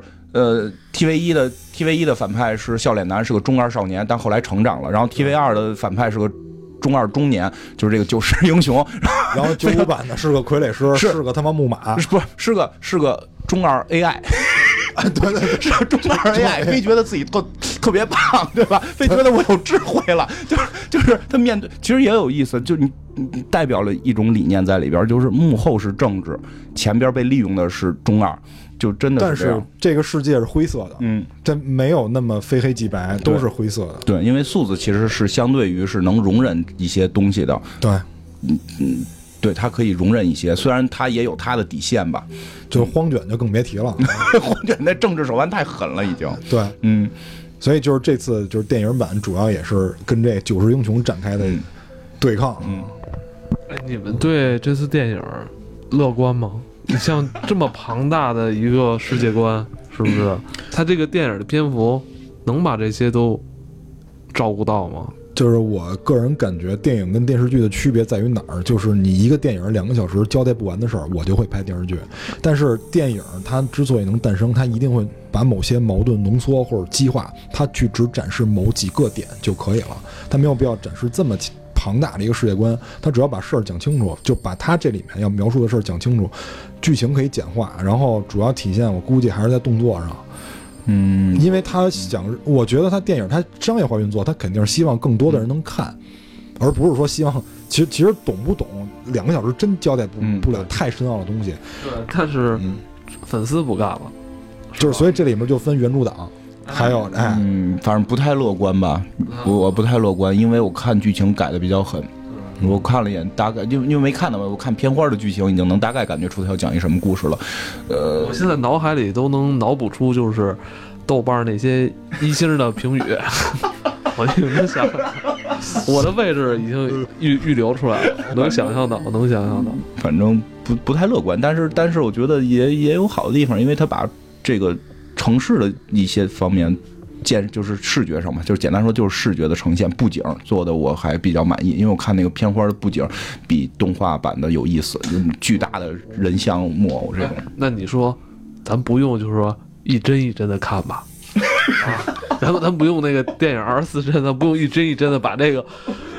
TV1 的反派是笑脸男，是个中二少年，但后来成长了。然后 TV2 的反派是个中二中年，就是这个救世英雄。 然后95版的是个傀儡师，是个他妈木马， 不是个中二 AI。对，是个中二 AI， 非觉得自己特别棒，对吧？非觉得我有智慧了，就是他面对，其实也有意思，就你代表了一种理念在里边，就是幕后是政治，前边被利用的是中二。就真的是这样， 但是这个世界是灰色的，这没有那么非黑即白，都是灰色的。 对，因为素子其实是相对于是能容忍一些东西的， 对， 对，他可以容忍一些，虽然他也有他的底线吧。 就是荒卷就更别提了， 荒卷那政治手腕太狠了，已经。 对，所以就是这次就是电影版主要也是跟这九世英雄展开的对抗。 你们对这次电影乐观吗？你像这么庞大的一个世界观，是不是？他这个电影的篇幅能把这些都照顾到吗？ 就是我个人感觉，电影跟电视剧的区别在于哪儿？就是你一个电影2个小时交代不完的事儿，我就会拍电视剧。但是电影它之所以能诞生，它一定会把某些矛盾浓缩或者激化，它去只展示某几个点就可以了，它没有必要展示这么庞大的一个世界观。它只要把事儿讲清楚，就把它这里面要描述的事儿讲清楚，剧情可以简化，然后主要体现我估计还是在动作上。因为他想，我觉得他电影他商业化运作，他肯定是希望更多的人能看，而不是说希望其实懂不懂2个小时真交代不了太深奥的东西。 对，但是粉丝不干了， 就是所以这里面就分原著党，还有反正不太乐观吧，我不太乐观，因为我看剧情改的比较狠。我看了一眼，大概因为没看到嘛，我看片花的剧情已经能大概感觉出他要讲一什么故事了。 我现在脑海里都能脑补出就是豆瓣那些1星的评语，我已经想，我的位置已经预留出来了，我能想象到。 反正不太乐观，但是我觉得也有好的地方，因为他把这个城市的一些方面。就是视觉上嘛，就是简单说就是视觉的呈现，布景做的我还比较满意，因为我看那个片花的布景比动画版的有意思，巨大的人像木偶这种。 那你说，咱不用就是说一帧一帧的看吧，咱不用那个电影24帧，咱不用一帧一帧的把这个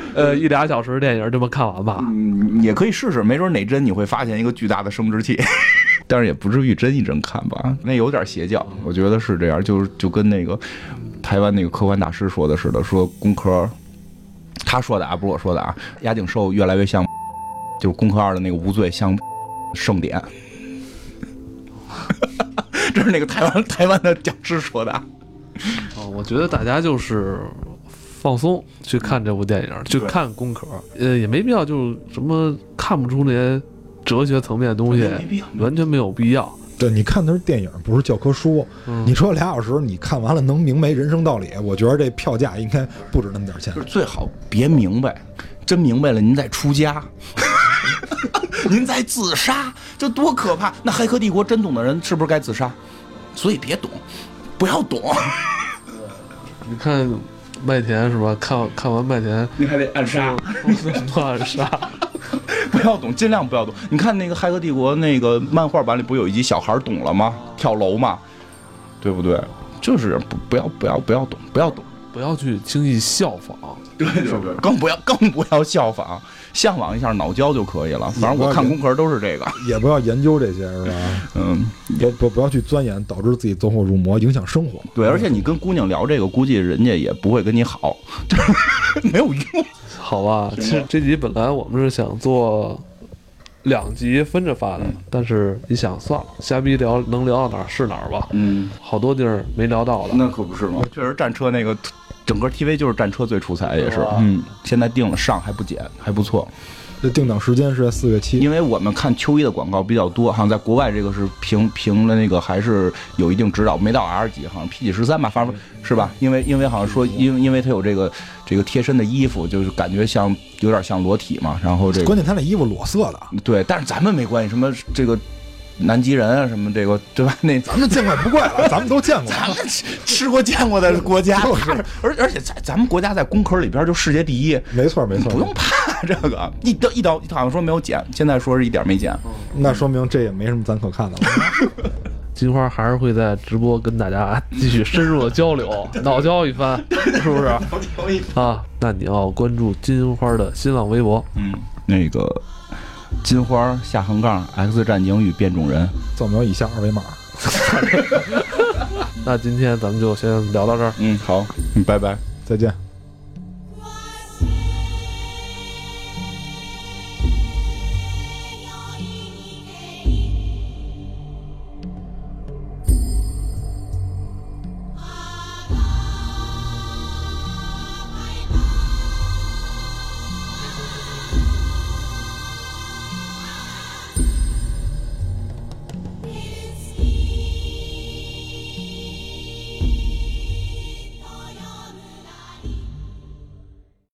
1、2小时电影这么看完吧？ 也可以试试，没准哪帧你会发现一个巨大的生殖器。但是也不至于帧一帧看吧，那有点邪教，我觉得是这样，就跟那个台湾那个科幻大师说的似的，说工壳，他说的不是我说的押井守越来越像，就是工壳2的那个无罪像盛典，这是那个台湾的讲师说的。 我觉得大家就是放松去看这部电影，去看工壳，也没必要就是什么看不出那些。哲学层面的东西完全没有必要。 对，你看的是电影，不是教科书。你说2小时你看完了能明白人生道理，我觉得这票价应该不止那么点钱。 就是最好别明白，真明白了您再出家，您再自杀，这多可怕！那黑客帝国真懂的人是不是该自杀？所以别懂，不要懂。 你看麦田是吧？看完麦田， 你还得暗杀， 暗杀。 不要懂，尽量不要懂。你看那个《骇客帝国》那个漫画版里不有一集小孩懂了吗？跳楼嘛，对不对？就是不要懂，不要懂， 不要去轻易效仿， 对，更不要效仿，向往一下脑胶就可以了。反正我看工壳都是这个， 也不要研究这些，是吧？不要去钻研，导致自己走火入魔，影响生活。 对，而且你跟姑娘聊这个，估计人家也不会跟你好，没有用。 好吧？其实这集本来我们是想做2集分着发的，但是一想算了，瞎逼聊，能聊到哪儿是哪儿吧。好多地儿没聊到的。 那可不是吗？确实战车那个整个 TV 就是战车最出彩，也是。现在定了上还不减，还不错。 这定档时间是在4月7， 因为我们看秋衣的广告比较多，好像在国外这个是评的那个还是有一定指导，没到 R 级，好像 P 几13吧，反正是吧？因为好像说因为它有这个贴身的衣服，就是感觉有点像裸体嘛，然后这个关键他那衣服裸色的， 对，但是咱们没关系，什么这个。南极人啊，什么这个对吧？那咱们见怪不怪了，咱们都见过， 咱们吃过见过的国家，而且咱们国家在工科里边就世界第一， 没错，不用怕这个。一刀好像说没有减，现在说是一点没减， 那说明这也没什么咱可看的了。 金花还是会在直播跟大家继续深入的交流，脑交一番，是不是？啊，那你要关注金花的新浪微博， 那个。金花_X 战警与变种人， 扫描以下2维码。 那今天咱们就先聊到这儿。 好，拜拜， 再见。